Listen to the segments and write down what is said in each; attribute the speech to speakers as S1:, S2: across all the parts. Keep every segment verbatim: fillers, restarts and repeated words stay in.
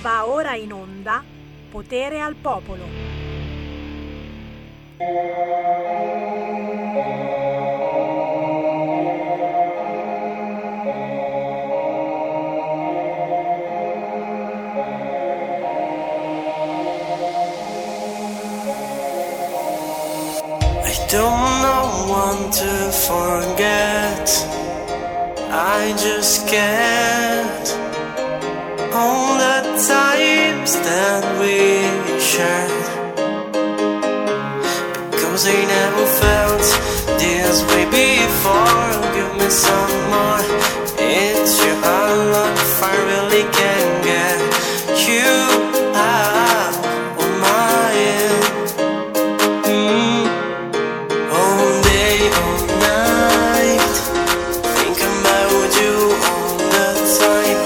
S1: Va ora in onda Potere al Popolo.
S2: I don't know one to forget, I just can't. All the times that we shared, because I never felt this way before. Give me some more, it's you I love if I really can get you out of my head. mm. All day, all night, thinking about you all the time.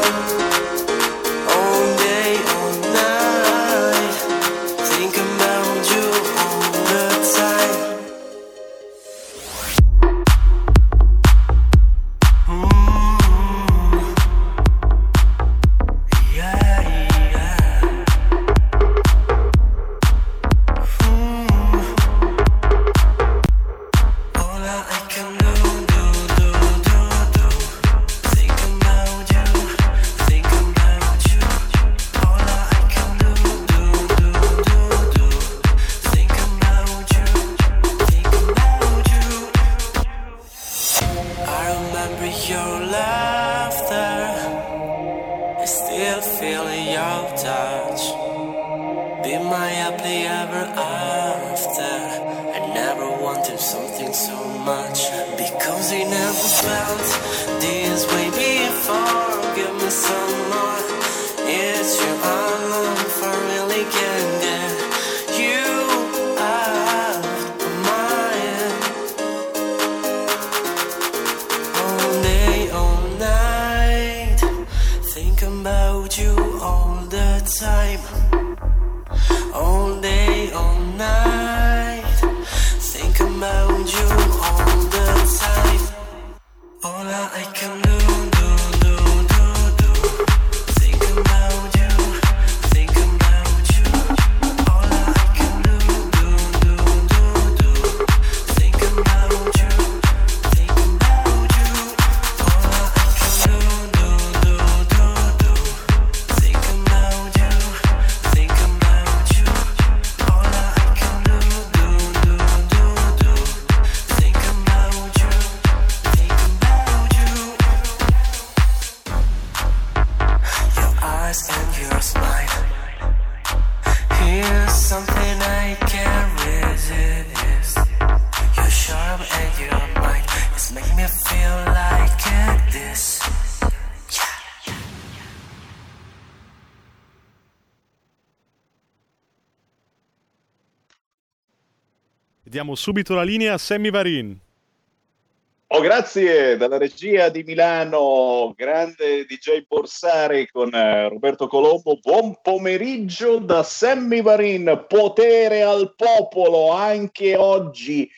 S3: Diamo subito la linea a Sammy Varin.
S4: Oh, grazie, dalla regia di Milano, grande D J Borsari con eh, Roberto Colombo. Buon pomeriggio da Sammy Varin, Potere al Popolo, anche oggi,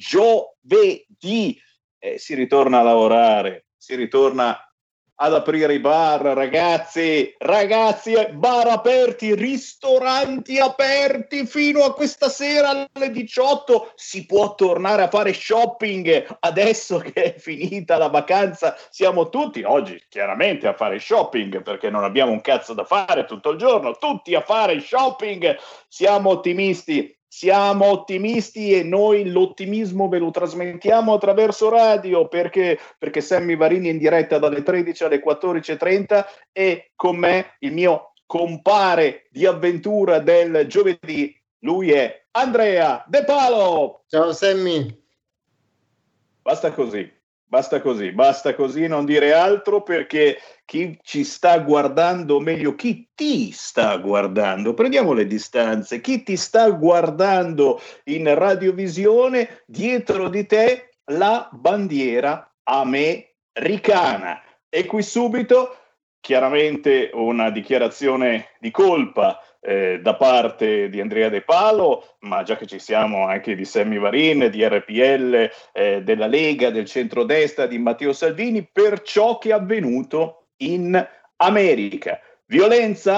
S4: giovedì. Eh, si ritorna a lavorare, si ritorna ad aprire i bar, ragazzi, ragazzi, bar aperti, ristoranti aperti fino a questa sera alle diciotto. Si può tornare a fare shopping adesso che è finita la vacanza. Siamo tutti oggi chiaramente a fare shopping perché non abbiamo un cazzo da fare tutto il giorno, tutti a fare shopping. Siamo ottimisti. Siamo ottimisti e noi l'ottimismo ve lo trasmettiamo attraverso radio perché, perché Sammy Varini è in diretta dalle tredici alle quattordici e trenta e con me il mio compare di avventura del giovedì, lui è Andrea De Palo.
S5: Ciao Sammy.
S4: Basta così. Basta così, basta così, non dire altro perché chi ci sta guardando, o meglio chi ti sta guardando, prendiamo le distanze, chi ti sta guardando in radiovisione, dietro di te la bandiera americana. E qui subito, chiaramente una dichiarazione di colpa Eh, da parte di Andrea De Palo, ma già che ci siamo anche di Sammy Varin, di R P L, eh, della Lega, del centrodestra, di Matteo Salvini, per ciò che è avvenuto in America. Violenza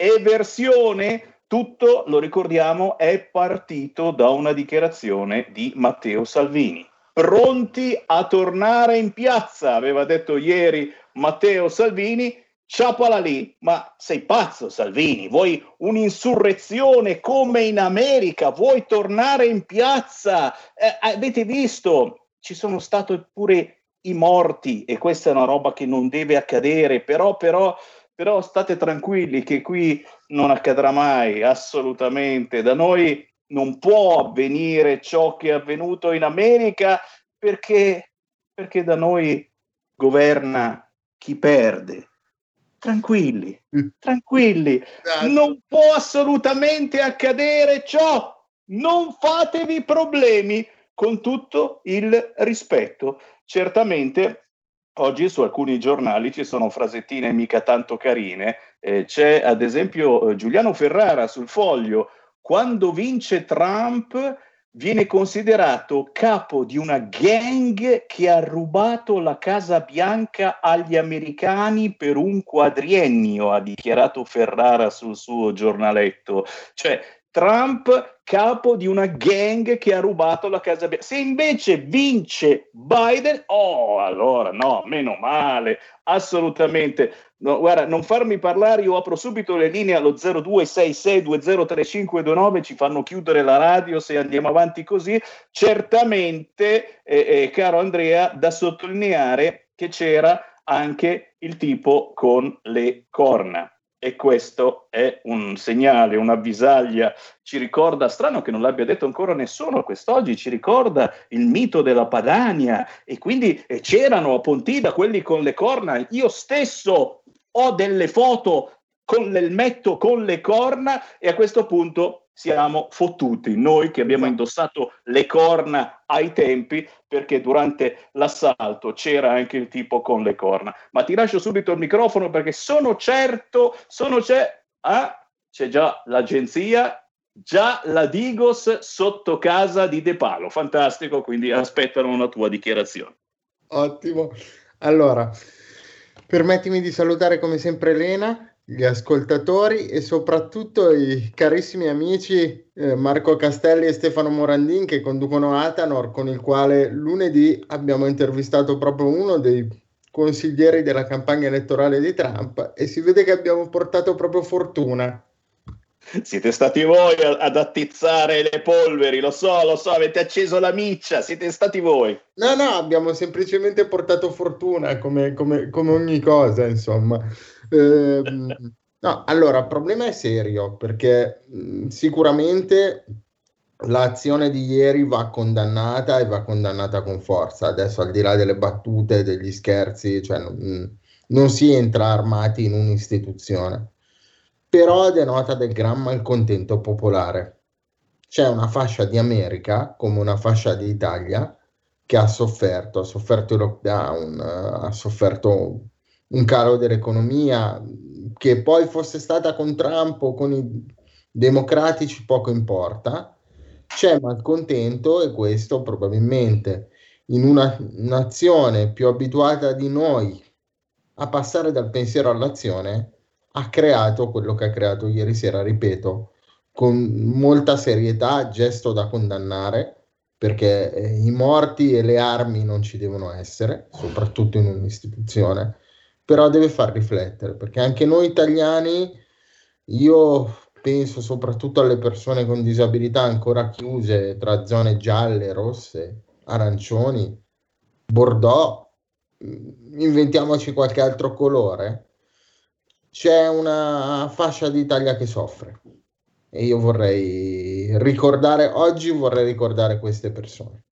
S4: eversione, tutto, lo ricordiamo, è partito da una dichiarazione di Matteo Salvini. Pronti a tornare in piazza, aveva detto ieri Matteo Salvini. Sciapala lì, ma sei pazzo Salvini, vuoi un'insurrezione come in America, vuoi tornare in piazza? Eh, avete visto, ci sono stati pure i morti e questa è una roba che non deve accadere, però, però, però state tranquilli che qui non accadrà mai, assolutamente. Da noi non può avvenire ciò che è avvenuto in America perché, perché da noi governa chi perde. Tranquilli, tranquilli, non può assolutamente accadere ciò, non fatevi problemi, con tutto il rispetto. Certamente oggi su alcuni giornali ci sono frasettine mica tanto carine, eh, c'è ad esempio Giuliano Ferrara sul Foglio: quando vince Trump viene considerato capo di una gang che ha rubato la Casa Bianca agli americani per un quadriennio, ha dichiarato Ferrara sul suo giornaletto. Cioè, Trump capo di una gang che ha rubato la Casa Bianca. Se invece vince Biden, oh, allora no, meno male, assolutamente. No, guarda, non farmi parlare, io apro subito le linee allo zero due sei sei due zero tre cinque due nove, ci fanno chiudere la radio se andiamo avanti così. Certamente, eh, eh, caro Andrea, da sottolineare che c'era anche il tipo con le corna. E questo è un segnale, un'avvisaglia, ci ricorda, strano che non l'abbia detto ancora nessuno quest'oggi, ci ricorda il mito della Padania, e quindi eh, c'erano a Pontida quelli con le corna. Io stesso ho delle foto con l'elmetto con le corna e a questo punto siamo fottuti, noi che abbiamo indossato le corna ai tempi, perché durante l'assalto c'era anche il tipo con le corna. Ma ti lascio subito il microfono perché sono certo, sono c'è, ah, c'è già l'agenzia, già la Digos sotto casa di De Palo, fantastico, quindi aspettano una tua dichiarazione.
S5: Ottimo. Allora, permettimi di salutare come sempre Elena, gli ascoltatori e soprattutto i carissimi amici eh, Marco Castelli e Stefano Morandin che conducono Atanor, con il quale lunedì abbiamo intervistato proprio uno dei consiglieri della campagna elettorale di Trump e si vede che abbiamo portato proprio fortuna.
S4: Siete stati voi ad attizzare le polveri, lo so, lo so, avete acceso la miccia, siete stati voi.
S5: No, no, abbiamo semplicemente portato fortuna come, come, come ogni cosa, insomma. Eh, no, allora, il problema è serio perché mh, sicuramente l'azione di ieri va condannata e va condannata con forza. Adesso, al di là delle battute, degli scherzi, cioè non, non si entra armati in un'istituzione. Però denota del gran malcontento popolare. C'è una fascia di America, come una fascia di Italia, che ha sofferto, ha sofferto il lockdown, ha sofferto un calo dell'economia, che poi fosse stata con Trump o con i democratici poco importa. C'è malcontento e questo probabilmente in una nazione più abituata di noi a passare dal pensiero all'azione ha creato quello che ha creato ieri sera, ripeto, con molta serietà, gesto da condannare, perché eh, i morti e le armi non ci devono essere, soprattutto in un'istituzione, però deve far riflettere, perché anche noi italiani, io penso soprattutto alle persone con disabilità ancora chiuse tra zone gialle, rosse, arancioni, bordeaux, inventiamoci qualche altro colore. C'è una fascia d'Italia che soffre e io vorrei ricordare, oggi vorrei ricordare queste persone.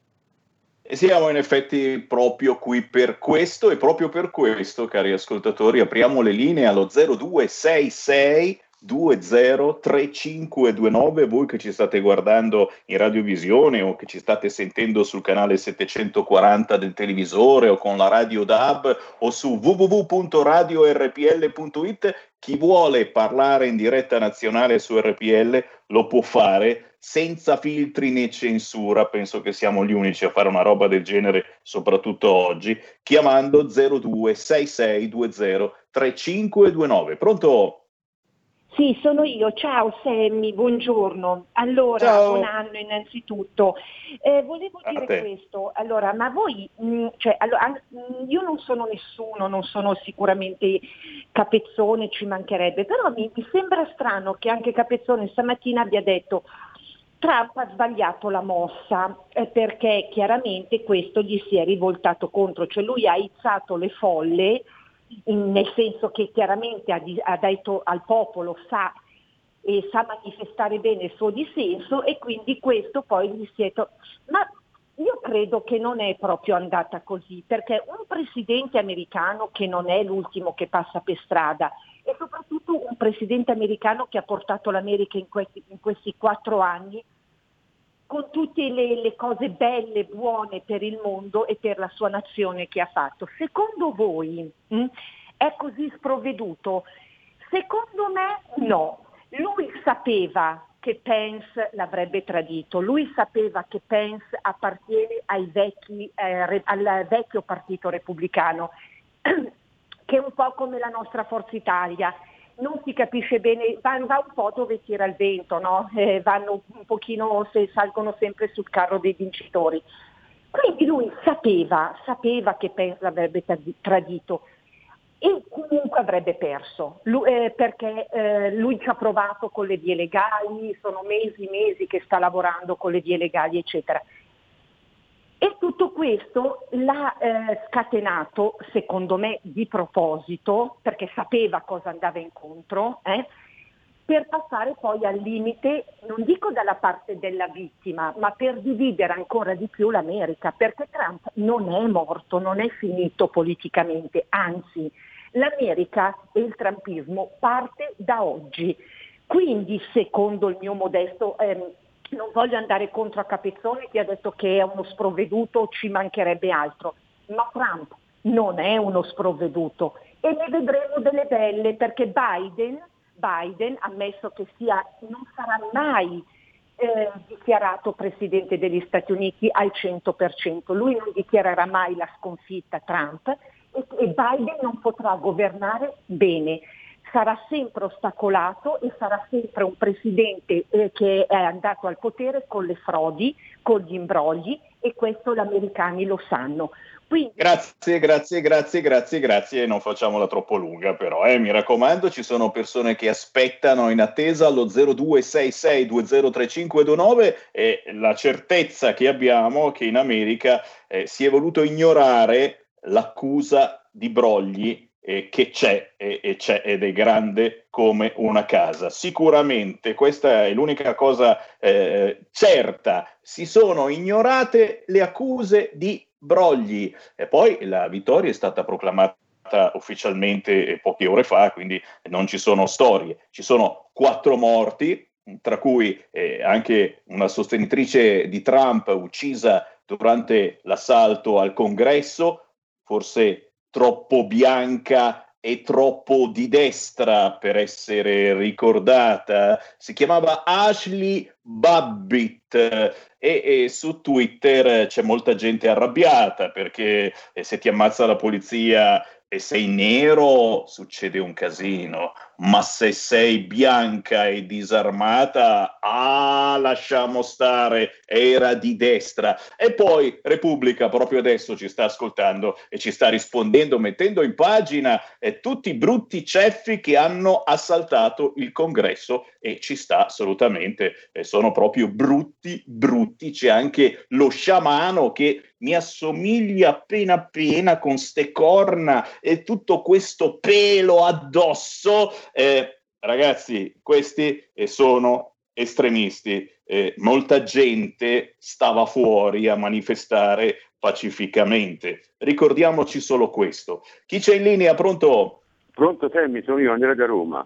S4: E siamo in effetti proprio qui per questo e proprio per questo, cari ascoltatori, apriamo le linee allo zero due sei sei due zero tre cinque due nove, voi che ci state guardando in radiovisione o che ci state sentendo sul canale settecentoquaranta del televisore o con la radio D A B o su w w w punto radio r p l punto i t. Chi vuole parlare in diretta nazionale su R P L lo può fare senza filtri né censura, penso che siamo gli unici a fare una roba del genere, soprattutto oggi, chiamando zero due sei sei due zero tre cinque due nove. Pronto?
S6: Sì, sono io. Ciao Sammy, buongiorno. Allora,
S4: Ciao.
S6: buon anno innanzitutto. Eh, volevo dire questo, allora, ma voi, mh, cioè, allora, mh, io non sono nessuno, non sono sicuramente Capezzone, ci mancherebbe, però mi, mi sembra strano che anche Capezzone stamattina abbia detto Trump ha sbagliato la mossa, eh, perché chiaramente questo gli si è rivoltato contro, cioè lui ha izzato le folle, in- nel senso che chiaramente ha, di- ha detto al popolo sa e sa manifestare bene il suo dissenso e quindi questo poi gli si è to- ma io credo che non è proprio andata così, perché un presidente americano che non è l'ultimo che passa per strada e soprattutto un presidente americano che ha portato l'America in questi, in questi quattro anni con tutte le, le cose belle, buone per il mondo e per la sua nazione che ha fatto. Secondo voi mh, è così sprovveduto? Secondo me no. Lui sapeva che Pence l'avrebbe tradito, lui sapeva che Pence appartiene ai vecchi, eh, re, al vecchio partito repubblicano, che è un po' come la nostra Forza Italia. Non si capisce bene, va, va un po' dove tira il vento, no? Eh, vanno un pochino, se salgono sempre sul carro dei vincitori. Quindi lui sapeva, sapeva che Pence l'avrebbe tradito e comunque avrebbe perso, lui, eh, perché eh, lui ci ha provato con le vie legali, sono mesi, mesi che sta lavorando con le vie legali, eccetera. E tutto questo l'ha eh, scatenato, secondo me, di proposito, perché sapeva cosa andava incontro, eh, per passare poi al limite, non dico dalla parte della vittima, ma per dividere ancora di più l'America, perché Trump non è morto, non è finito politicamente, anzi, l'America e il trumpismo parte da oggi. Quindi, secondo il mio modesto... Ehm, non voglio andare contro a Capezzone che ha detto che è uno sprovveduto, ci mancherebbe altro, ma Trump non è uno sprovveduto e ne vedremo delle belle perché Biden, Biden ha ammesso che sia, non sarà mai eh, dichiarato presidente degli Stati Uniti al cento per cento, lui non dichiarerà mai la sconfitta Trump e, e Biden non potrà governare bene. Sarà sempre ostacolato e sarà sempre un presidente eh, che è andato al potere con le frodi, con gli imbrogli e questo gli americani lo sanno. Quindi...
S4: Grazie, grazie, grazie, grazie, grazie, non facciamola troppo lunga però, eh, mi raccomando, ci sono persone che aspettano in attesa allo zero due sei sei due zero tre cinque due nove e la certezza che abbiamo è che in America eh, si è voluto ignorare l'accusa di brogli Eh, che c'è, e, e c'è ed è grande come una casa. Sicuramente questa è l'unica cosa eh, certa, si sono ignorate le accuse di brogli e poi la vittoria è stata proclamata ufficialmente poche ore fa, quindi non ci sono storie, ci sono quattro morti, tra cui eh, anche una sostenitrice di Trump uccisa durante l'assalto al Congresso, forse troppo bianca e troppo di destra per essere ricordata, si chiamava Ashley Babbitt e, e su Twitter c'è molta gente arrabbiata perché eh, se ti ammazza la polizia e sei nero succede un casino, ma se sei bianca e disarmata, ah, lasciamo stare, era di destra. E poi Repubblica proprio adesso ci sta ascoltando e ci sta rispondendo, mettendo in pagina eh, tutti i brutti ceffi che hanno assaltato il Congresso e ci sta assolutamente, eh, sono proprio brutti, brutti. C'è anche lo sciamano che mi assomiglia appena appena con ste corna e tutto questo pelo addosso. Eh, ragazzi, questi eh, sono estremisti. Eh, molta gente stava fuori a manifestare pacificamente. Ricordiamoci solo questo. Chi c'è in linea? Pronto?
S7: Pronto, Sammy, sono io, Andrea da Roma.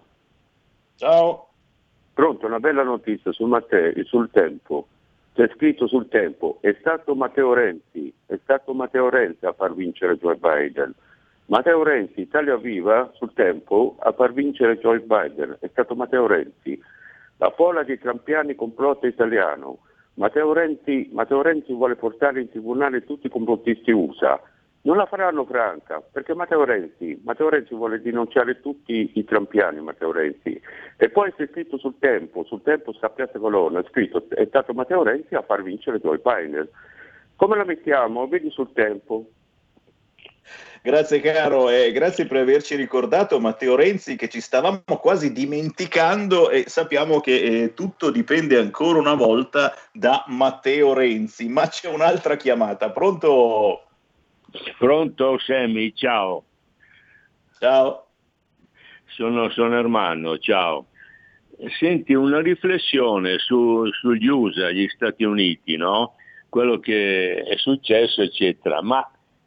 S4: Ciao.
S7: Pronto, una bella notizia sul, Matteo, sul Tempo. C'è scritto sul Tempo, è stato Matteo Renzi, è stato Matteo Renzi a far vincere Joe Biden. Matteo Renzi, Italia Viva, sul Tempo, a far vincere Joe Biden, è stato Matteo Renzi. La folla di trampiani complotto italiano. Matteo Renzi, Matteo Renzi vuole portare in tribunale tutti i complottisti U S A. Non la faranno franca, perché Matteo Renzi, Matteo Renzi vuole denunciare tutti i trampiani, Matteo Renzi. E poi si è scritto sul Tempo, sul Tempo sta Piazza Colonna, è scritto, è stato Matteo Renzi a far vincere Joe Biden. Come la mettiamo? Vedi sul Tempo.
S4: Grazie caro e grazie per averci ricordato Matteo Renzi, che ci stavamo quasi dimenticando, e sappiamo che eh, tutto dipende ancora una volta da Matteo Renzi. Ma c'è un'altra chiamata, pronto?
S8: Pronto Sammy, ciao.
S4: Ciao.
S8: Sono, sono Ermanno, ciao. Senti, una riflessione su, sugli U S A, gli Stati Uniti, no? Quello che è successo, eccetera. Ma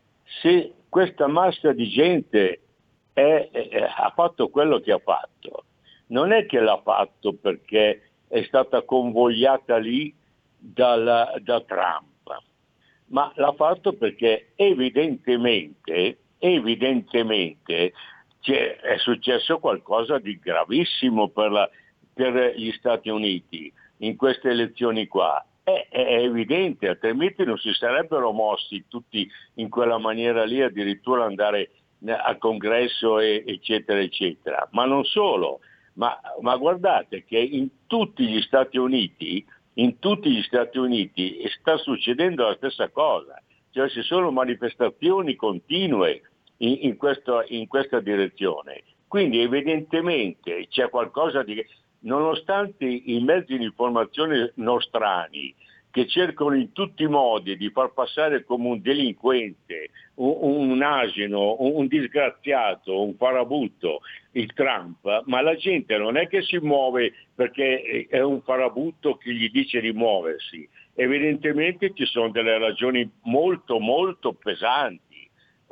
S8: se questa massa di gente è, è, ha fatto quello che ha fatto, non è che l'ha fatto perché è stata convogliata lì dalla, da Trump, ma l'ha fatto perché evidentemente, evidentemente c'è, è successo qualcosa di gravissimo per, la, per gli Stati Uniti in queste elezioni qua. È, è evidente, altrimenti non si sarebbero mossi tutti in quella maniera lì, addirittura andare al congresso e, eccetera eccetera. Ma non solo, ma, ma guardate che in tutti gli Stati Uniti in tutti gli Stati Uniti sta succedendo la stessa cosa, cioè ci sono manifestazioni continue in, in, questo, in questa direzione. Quindi evidentemente c'è qualcosa di... Nonostante i mezzi di informazione nostrani che cercano in tutti i modi di far passare come un delinquente, un, un asino, un, un disgraziato, un farabutto il Trump, ma la gente non è che si muove perché è un farabutto che gli dice di muoversi. Evidentemente ci sono delle ragioni molto molto pesanti,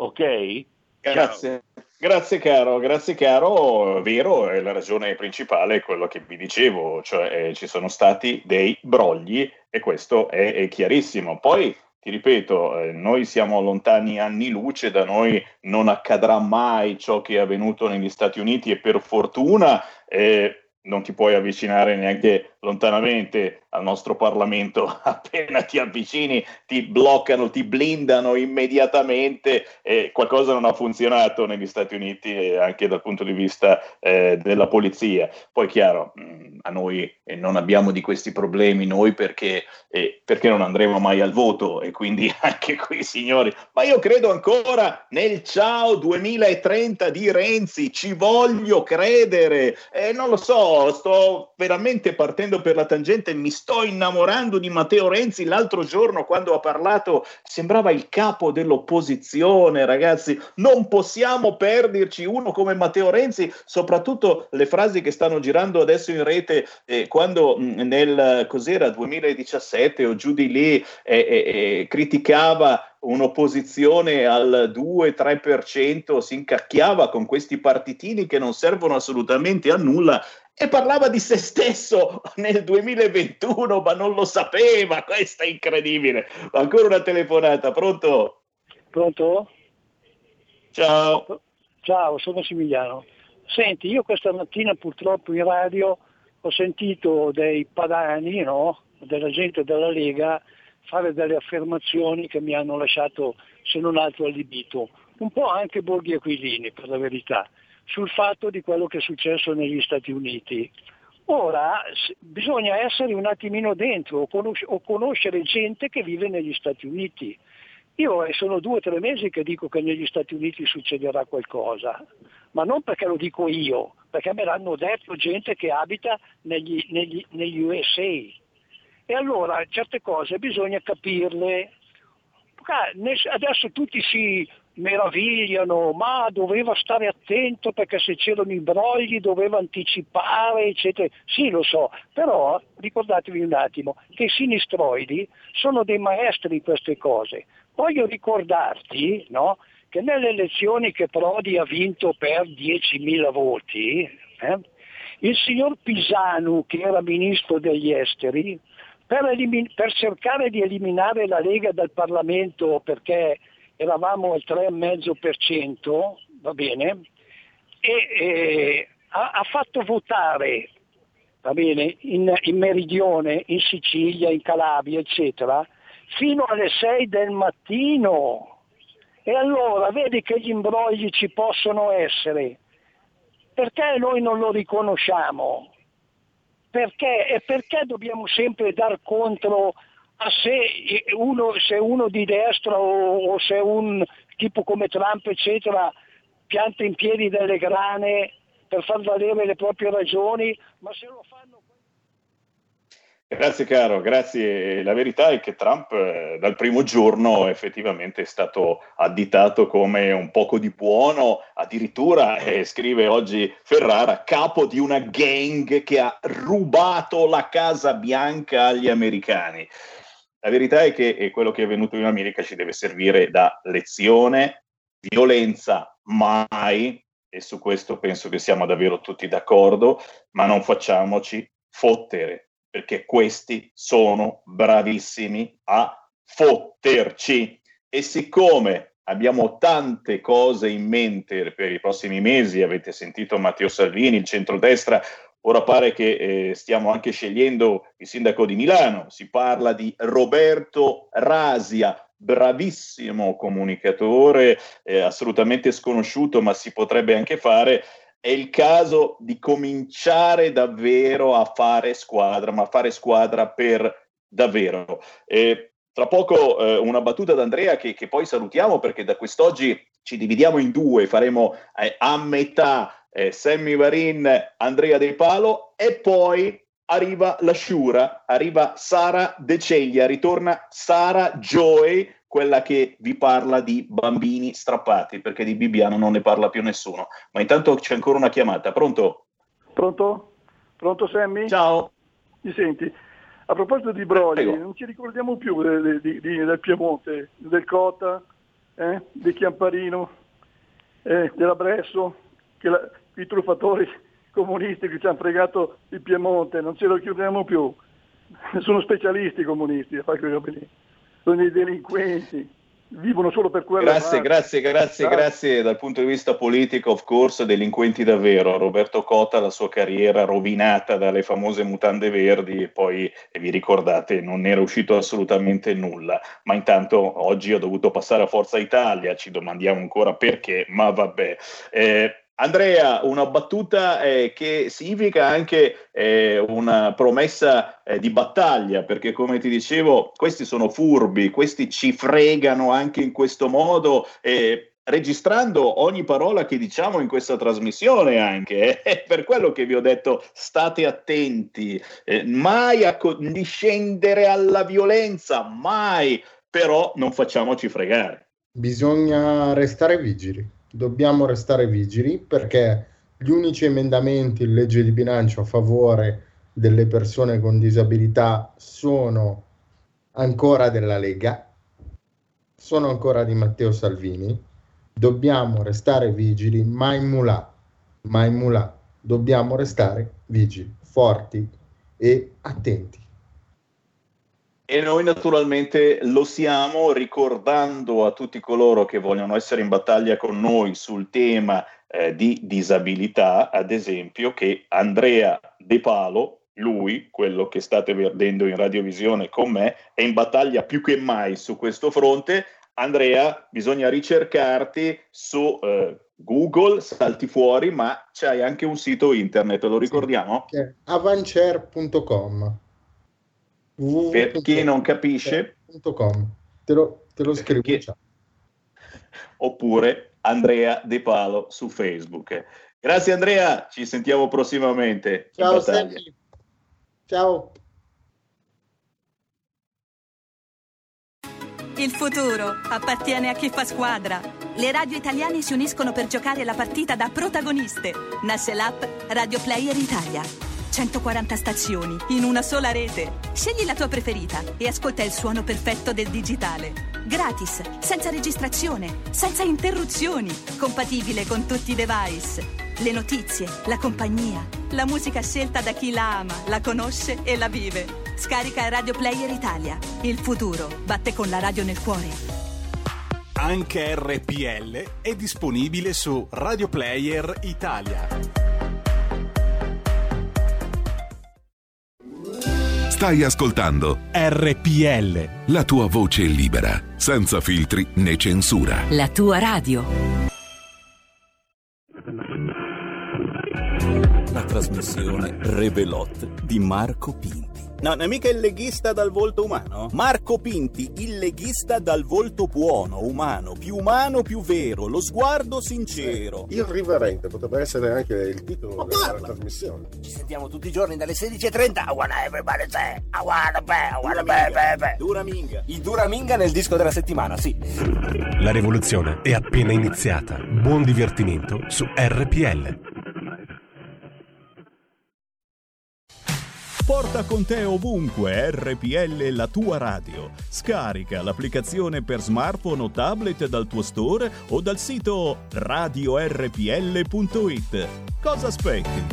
S8: ok?
S4: Grazie. Ciao. Grazie caro, grazie caro, vero, è la ragione principale, è quello che vi dicevo, cioè eh, ci sono stati dei brogli e questo è, è chiarissimo. Poi ti ripeto, eh, noi siamo lontani anni luce, da noi non accadrà mai ciò che è avvenuto negli Stati Uniti e per fortuna eh, non ti puoi avvicinare neanche lontanamente al nostro Parlamento, appena ti avvicini ti bloccano, ti blindano immediatamente e qualcosa non ha funzionato negli Stati Uniti eh, anche dal punto di vista eh, della polizia. Poi chiaro, mh, a noi eh, non abbiamo di questi problemi noi perché, eh, perché non andremo mai al voto e quindi anche qui signori, ma io credo ancora nel ciao duemilatrenta di Renzi, ci voglio credere, eh, non lo so, sto veramente partendo per la tangente, mi sto innamorando di Matteo Renzi. L'altro giorno quando ha parlato sembrava il capo dell'opposizione, ragazzi, non possiamo perderci uno come Matteo Renzi, soprattutto le frasi che stanno girando adesso in rete eh, quando mh, nel cos'era duemiladiciassette o giù di lì eh, eh, criticava un'opposizione al due tre per cento, si incacchiava con questi partitini che non servono assolutamente a nulla e parlava di se stesso nel duemilaventuno, ma non lo sapeva. Questo è incredibile. Ancora una telefonata, pronto?
S9: Pronto?
S4: Ciao.
S9: Ciao, sono Similiano. Senti, io questa mattina purtroppo in radio ho sentito dei padani, no? Della gente della Lega fare delle affermazioni che mi hanno lasciato, se non altro, allibito. Un po' anche Borghi Aquilini, per la verità, sul fatto di quello che è successo negli Stati Uniti. Ora bisogna essere un attimino dentro o, conos- o conoscere gente che vive negli Stati Uniti. Io sono due o tre mesi che dico che negli Stati Uniti succederà qualcosa, ma non perché lo dico io, perché me l'hanno detto gente che abita negli, negli, negli U S A. E allora certe cose bisogna capirle. Adesso tutti si meravigliano, ma doveva stare attento perché se c'erano i brogli doveva anticipare, eccetera. Sì, lo so, però ricordatevi un attimo che i sinistroidi sono dei maestri in queste cose. Voglio ricordarti, no, che nelle elezioni che Prodi ha vinto per diecimila voti, eh, il signor Pisanu, che era ministro degli esteri, Per, elimin- per cercare di eliminare la Lega dal Parlamento perché eravamo al tre virgola cinque per cento, va bene, e, e ha, ha fatto votare, va bene, in, in Meridione, in Sicilia, in Calabria, eccetera, fino alle sei del mattino. E allora vedi che gli imbrogli ci possono essere. Perché noi non lo riconosciamo? Perché? E perché dobbiamo sempre dar contro a se uno, se uno di destra o, o se un tipo come Trump, eccetera, pianta in piedi delle grane per far valere le proprie ragioni, ma se lo fanno...
S4: Grazie caro, grazie. La verità è che Trump eh, dal primo giorno effettivamente è stato additato come un poco di buono, addirittura eh, scrive oggi Ferrara, capo di una gang che ha rubato la Casa Bianca agli americani. La verità è che è quello che è avvenuto in America ci deve servire da lezione, violenza mai, e su questo penso che siamo davvero tutti d'accordo, ma non facciamoci fottere, perché questi sono bravissimi a fotterci. E siccome abbiamo tante cose in mente per i prossimi mesi, avete sentito Matteo Salvini, il centrodestra, ora pare che eh, stiamo anche scegliendo il sindaco di Milano, si parla di Roberto Rasia, bravissimo comunicatore, eh, assolutamente sconosciuto, ma si potrebbe anche fare. È il caso di cominciare davvero a fare squadra, ma fare squadra per davvero. Eh, tra poco eh, una battuta da Andrea che, che poi salutiamo, perché da quest'oggi ci dividiamo in due, faremo eh, a metà eh, Sammy Varin, Andrea De Palo, e poi arriva la Sciura, arriva Sara De Ceglia, ritorna Sara Joy, quella che vi parla di bambini strappati, perché di Bibbiano non ne parla più nessuno. Ma intanto c'è ancora una chiamata. Pronto?
S10: Pronto? Pronto Sammy?
S4: Ciao.
S10: Mi senti? A proposito di brogli,
S4: Prego.
S10: non ci ricordiamo più de, de, de, del Piemonte, del Cota, eh, di Chiamparino, eh, della Bresso, che la, i truffatori comunisti che ci hanno fregato il Piemonte, non ce lo chiudiamo più. Sono specialisti i comunisti a fare quelle robe lì. Sono dei delinquenti, vivono solo per quello.
S4: Grazie, grazie, grazie,
S10: ah.
S4: grazie. Dal punto di vista politico, of course, delinquenti davvero. Roberto Cota, la sua carriera rovinata dalle famose mutande verdi, e poi, e vi ricordate, non era uscito assolutamente nulla. Ma intanto oggi ho dovuto passare a Forza Italia, ci domandiamo ancora perché, ma vabbè. Eh, Andrea, una battuta eh, che significa anche eh, una promessa eh, di battaglia, perché come ti dicevo, questi sono furbi, questi ci fregano anche in questo modo, eh, registrando ogni parola che diciamo in questa trasmissione anche. È per quello che vi ho detto state attenti, eh, mai accondiscendere alla violenza, mai, però non facciamoci fregare.
S5: Bisogna restare vigili. Dobbiamo restare vigili perché gli unici emendamenti in legge di bilancio a favore delle persone con disabilità sono ancora della Lega, sono ancora di Matteo Salvini. Dobbiamo restare vigili, mai mulà, mai mulà. Dobbiamo restare vigili, forti e attenti.
S4: E noi naturalmente lo siamo, ricordando a tutti coloro che vogliono essere in battaglia con noi sul tema eh, di disabilità, ad esempio, che Andrea De Palo, lui, quello che state vedendo in radiovisione con me, è in battaglia più che mai su questo fronte. Andrea, bisogna ricercarti su eh, Google, salti fuori, ma c'hai anche un sito internet, lo ricordiamo?
S5: Sì, avancer punto com.
S4: Per chi non capisce,
S5: te lo, te lo scrivo.
S4: Perché... oppure Andrea De Palo su Facebook. Grazie Andrea, ci sentiamo prossimamente.
S5: Ciao Sammy. Ciao.
S11: Il futuro appartiene a chi fa squadra. Le radio italiane si uniscono per giocare la partita da protagoniste. Nasce l'app Radio Player Italia. centoquaranta stazioni in una sola rete. Scegli la tua preferita e ascolta il suono perfetto del digitale. Gratis, senza registrazione, senza interruzioni, compatibile con tutti i device. Le notizie, la compagnia, la musica scelta da chi la ama, la conosce e la vive. Scarica Radio Player Italia. Il futuro batte con la radio nel cuore.
S12: Anche R P L è disponibile su Radio Player Italia.
S13: Stai ascoltando
S12: R P L,
S13: la tua voce libera, senza filtri né censura.
S14: La tua radio.
S15: La trasmissione Rebelot di Marco Pinti. No, non è mica il leghista dal volto umano? Marco Pinti, il leghista dal volto buono, umano, più umano, più vero, lo sguardo sincero.
S16: Irriverente, potrebbe essere anche il titolo della trasmissione.
S17: Ci sentiamo tutti i giorni dalle sedici e trenta. I wanna everybody say, I wanna be, I wanna be, be, be.
S15: Duraminga.
S17: Il Duraminga nel disco della settimana, sì.
S18: La rivoluzione è appena iniziata. Buon divertimento su R P L.
S19: Porta con te ovunque R P L, la tua radio. Scarica l'applicazione per smartphone o tablet dal tuo store o dal sito radio r p l punto i t. Cosa aspetti?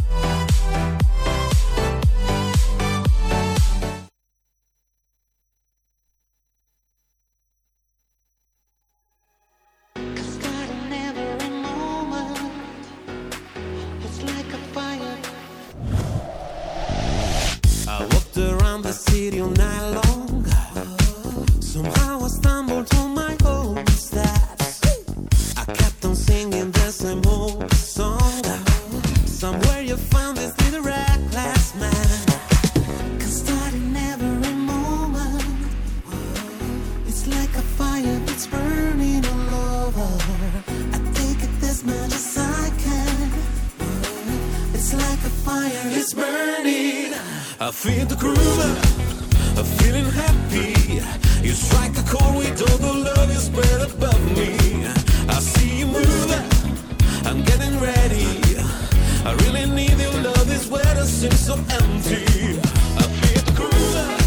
S2: City all night long. Somehow I stumbled on my own steps. I kept on singing the same old song. Somewhere you found this little reckless man. Can start in every moment. It's like a fire that's burning all over. I take it as much as I can. It's like a fire, it's burning. I feel the groove, I'm feeling happy. You strike a chord with all the love you spread above me. I see you move, I'm getting ready. I really need your love, this weather seems so empty. I feel the groove.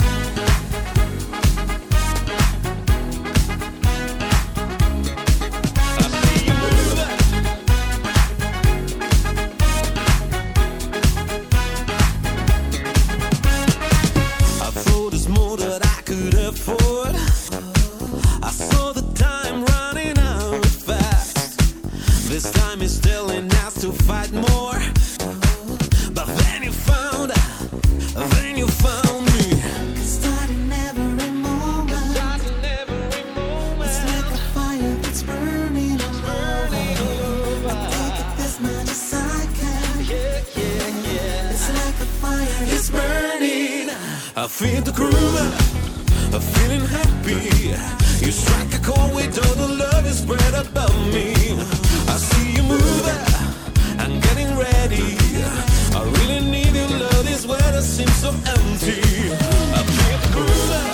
S2: I saw the time running out fast. This time is still in us to fight more. But then you found, then you found me. Starting every moment. Starting every moment. It's like a fire that's burning all over. I take it as much as I can. Yeah, yeah, yeah. It's like a fire, it's burning. I feel the groove. I'm feeling happy. You strike a chord with all the love you spread above me. I see you moving, I'm getting ready. I really need your love, this weather seems so empty. I feel the groove.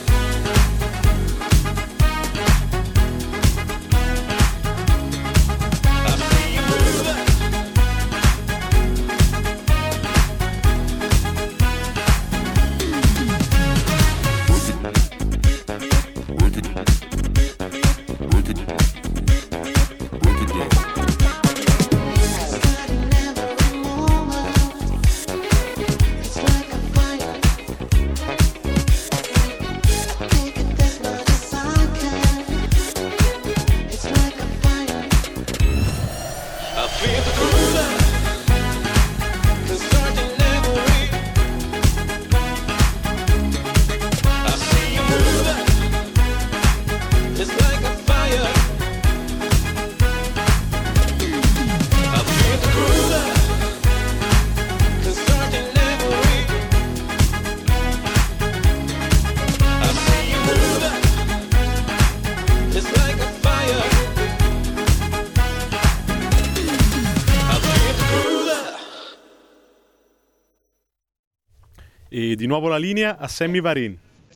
S3: E di nuovo la linea a Sammy Varin.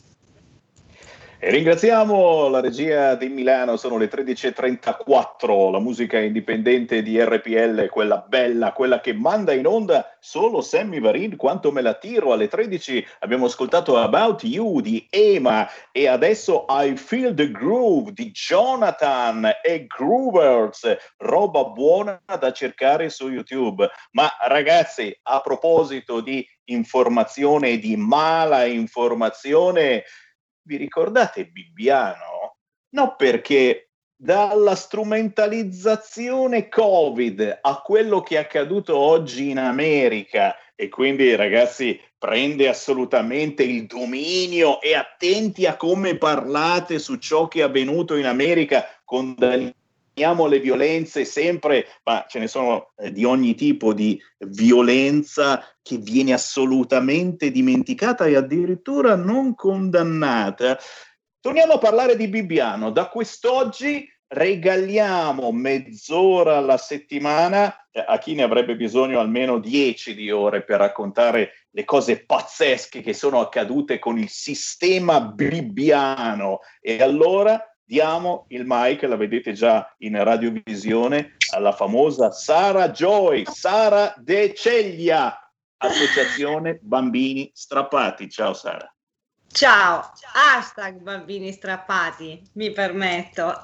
S4: E ringraziamo la regia di Milano, sono le tredici e trentaquattro, la musica indipendente di R P L, quella bella, quella che manda in onda solo Sammy Varin, quanto me la tiro. Alle tredici abbiamo ascoltato About You di Ema e adesso I Feel the Groove di Jonathan e Groovers, roba buona da cercare su YouTube. Ma ragazzi, a proposito di informazione e di mala informazione, vi ricordate Bibbiano? No, perché dalla strumentalizzazione Covid a quello che è accaduto oggi in America, e quindi ragazzi prende assolutamente il dominio, e attenti a come parlate su ciò che è avvenuto in America. Condanniamo le violenze sempre, ma ce ne sono eh, di ogni tipo di violenza che viene assolutamente dimenticata e addirittura non condannata. Torniamo a parlare di Bibbiano. Da quest'oggi regaliamo mezz'ora alla settimana eh, a chi ne avrebbe bisogno almeno dieci di ore per raccontare le cose pazzesche che sono accadute con il sistema Bibbiano. E allora diamo il mic, la vedete già in radiovisione, alla famosa Sara Joy, Sara De Ceglia, Associazione Bambini Strappati. Ciao Sara.
S14: Ciao, hashtag bambini strappati, mi permetto,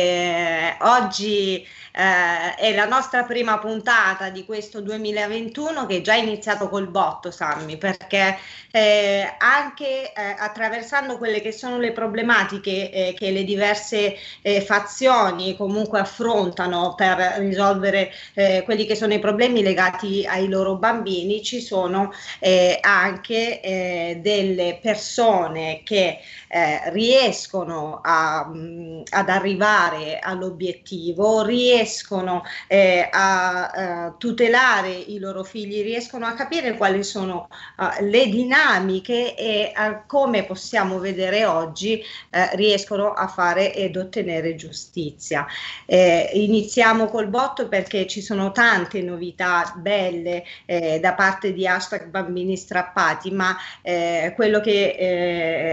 S14: e oggi eh, è la nostra prima puntata di questo duemilaventuno che è già iniziato col botto, Sammy, perché eh, anche eh, attraversando quelle che sono le problematiche eh, che le diverse eh, fazioni comunque affrontano per risolvere eh, quelli che sono i problemi legati ai loro bambini, ci sono eh, anche eh, delle persone che eh, riescono a, mh, ad arrivare all'obiettivo, riescono eh, a, a tutelare i loro figli, riescono a capire quali sono uh, le dinamiche e uh, come possiamo vedere oggi uh, riescono a fare ed ottenere giustizia. Eh, iniziamo col botto perché ci sono tante novità belle eh, da parte di hashtag bambini strappati, ma eh, quello che eh,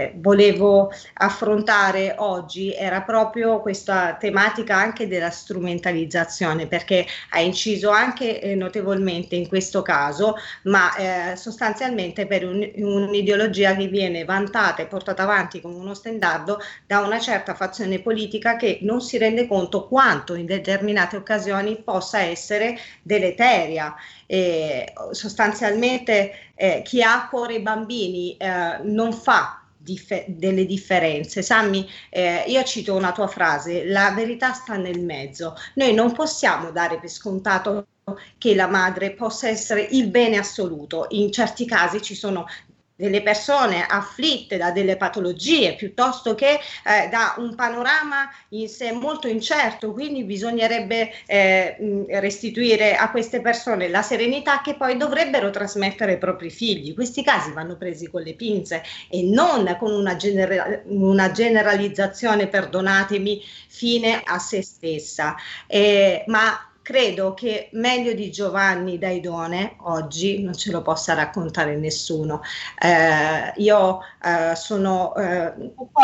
S14: volevo affrontare oggi era proprio questa tematica anche della strumentalizzazione, perché ha inciso anche eh, notevolmente in questo caso, ma eh, sostanzialmente per un, un'ideologia che viene vantata e portata avanti come uno stendardo da una certa fazione politica che non si rende conto quanto in determinate occasioni possa essere deleteria. E sostanzialmente eh, chi ha a cuore i bambini eh, non fa Dif- delle differenze. Sammy, eh, io cito una tua frase: la verità sta nel mezzo. Noi non possiamo dare per scontato che la madre possa essere il bene assoluto. In certi casi ci sono delle persone afflitte da delle patologie piuttosto che eh, da un panorama in sé molto incerto, quindi bisognerebbe eh, restituire a queste persone la serenità che poi dovrebbero trasmettere ai propri figli. Questi casi vanno presi con le pinze e non con una, genera- una generalizzazione, perdonatemi, fine a se stessa. Eh, ma credo che meglio di Giovanni Daidone oggi non ce lo possa raccontare nessuno. Eh, io eh, sono... Eh,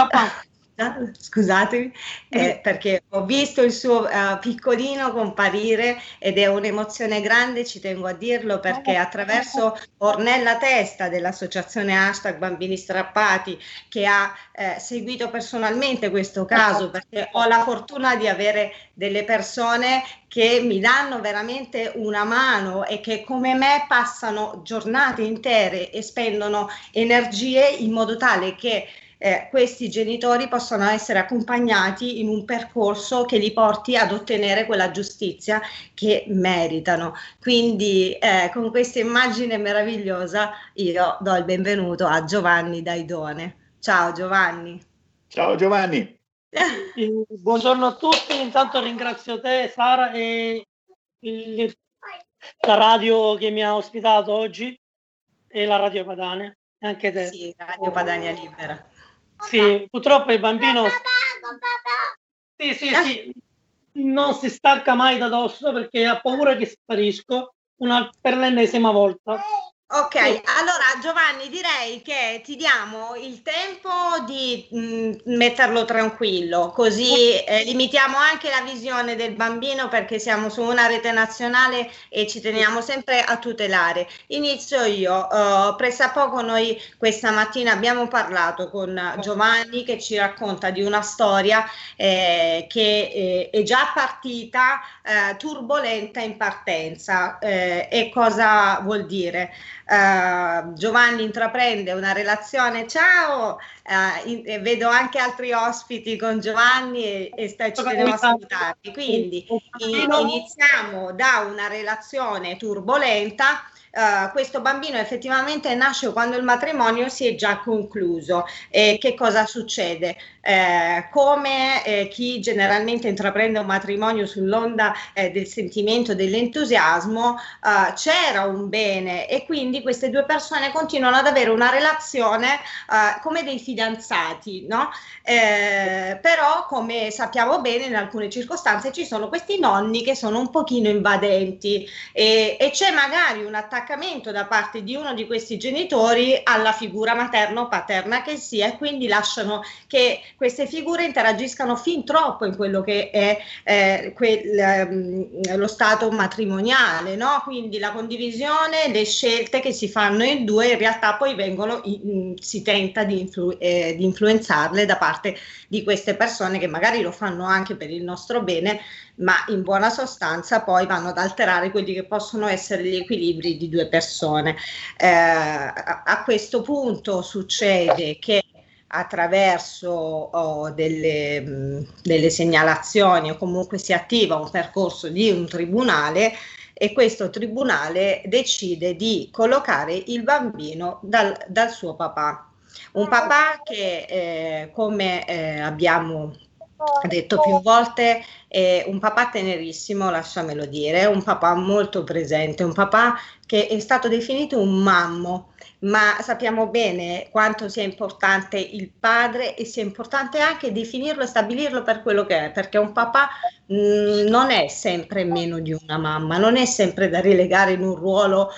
S14: scusatemi, eh, perché ho visto il suo uh, piccolino comparire ed è un'emozione grande, ci tengo a dirlo, perché attraverso Ornella Testa dell'associazione hashtag Bambini Strappati, che ha eh, seguito personalmente questo caso, perché ho la fortuna di avere delle persone che mi danno veramente una mano e che come me passano giornate intere e spendono energie in modo tale che Eh, questi genitori possono essere accompagnati in un percorso che li porti ad ottenere quella giustizia che meritano. Quindi eh, con questa immagine meravigliosa io do il benvenuto a Giovanni Daidone. Ciao Giovanni.
S4: Ciao Giovanni.
S20: Eh, buongiorno a tutti, intanto ringrazio te Sara e il, la radio che mi ha ospitato oggi e la Radio Padania, anche te.
S14: Sì, Radio Padania Libera.
S20: Sì, purtroppo il bambino sì, sì, sì, non si stacca mai da dosso perché ha paura che sparisco una, per l'ennesima volta.
S14: Ok, allora Giovanni direi che ti diamo il tempo di mh, metterlo tranquillo, così eh, limitiamo anche la visione del bambino perché siamo su una rete nazionale e ci teniamo sempre a tutelare. Inizio io, uh, pressappoco noi questa mattina abbiamo parlato con Giovanni che ci racconta di una storia eh, che eh, è già partita eh, turbolenta in partenza. Eh, e cosa vuol dire? Uh, Giovanni intraprende una relazione, ciao, uh, in, vedo anche altri ospiti con Giovanni e, e sta, ci teniamo a salutarvi, quindi in, iniziamo da una relazione turbolenta uh, questo bambino effettivamente nasce quando il matrimonio si è già concluso. E che cosa succede? Eh, come eh, chi generalmente intraprende un matrimonio sull'onda eh, del sentimento, dell'entusiasmo, uh, c'era un bene e quindi queste due persone continuano ad avere una relazione uh, come dei fidanzati, no? Eh, però come sappiamo bene in alcune circostanze ci sono questi nonni che sono un pochino invadenti e, e c'è magari un attaccamento da parte di uno di questi genitori alla figura materna o paterna che sia, e quindi lasciano che queste figure interagiscano fin troppo in quello che è eh, quel, ehm, lo stato matrimoniale, no? Quindi la condivisione, le scelte che si fanno in due in realtà poi vengono, in, si tenta di, influ- eh, di influenzarle da parte di queste persone che magari lo fanno anche per il nostro bene, ma in buona sostanza poi vanno ad alterare quelli che possono essere gli equilibri di due persone. Eh, a, a questo punto succede che attraverso oh, delle, mh, delle segnalazioni o comunque si attiva un percorso di un tribunale e questo tribunale decide di collocare il bambino dal, dal suo papà. Un papà che eh, come eh, abbiamo detto più volte è un papà tenerissimo, lasciamelo dire, un papà molto presente, un papà che è stato definito un mammo, ma sappiamo bene quanto sia importante il padre e sia importante anche definirlo e stabilirlo per quello che è, perché un papà mh, non è sempre meno di una mamma, non è sempre da rilegare in un ruolo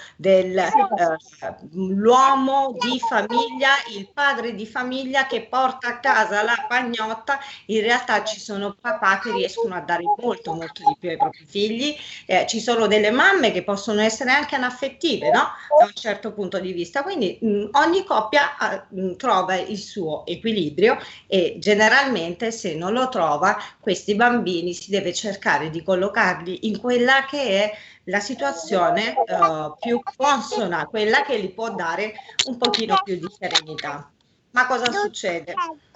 S14: dell'uomo eh, di famiglia, il padre di famiglia che porta a casa la pagnotta. In realtà ci sono papà che riescono a dare molto molto di più ai propri figli, eh, ci sono delle mamme che possono essere anche anaffettive, no? Da un certo punto di vista. Quindi mh, ogni coppia mh, trova il suo equilibrio e generalmente se non lo trova questi bambini si deve cercare di collocarli in quella che è la situazione uh, più consona, quella che gli può dare un pochino più di serenità. Ma cosa succede?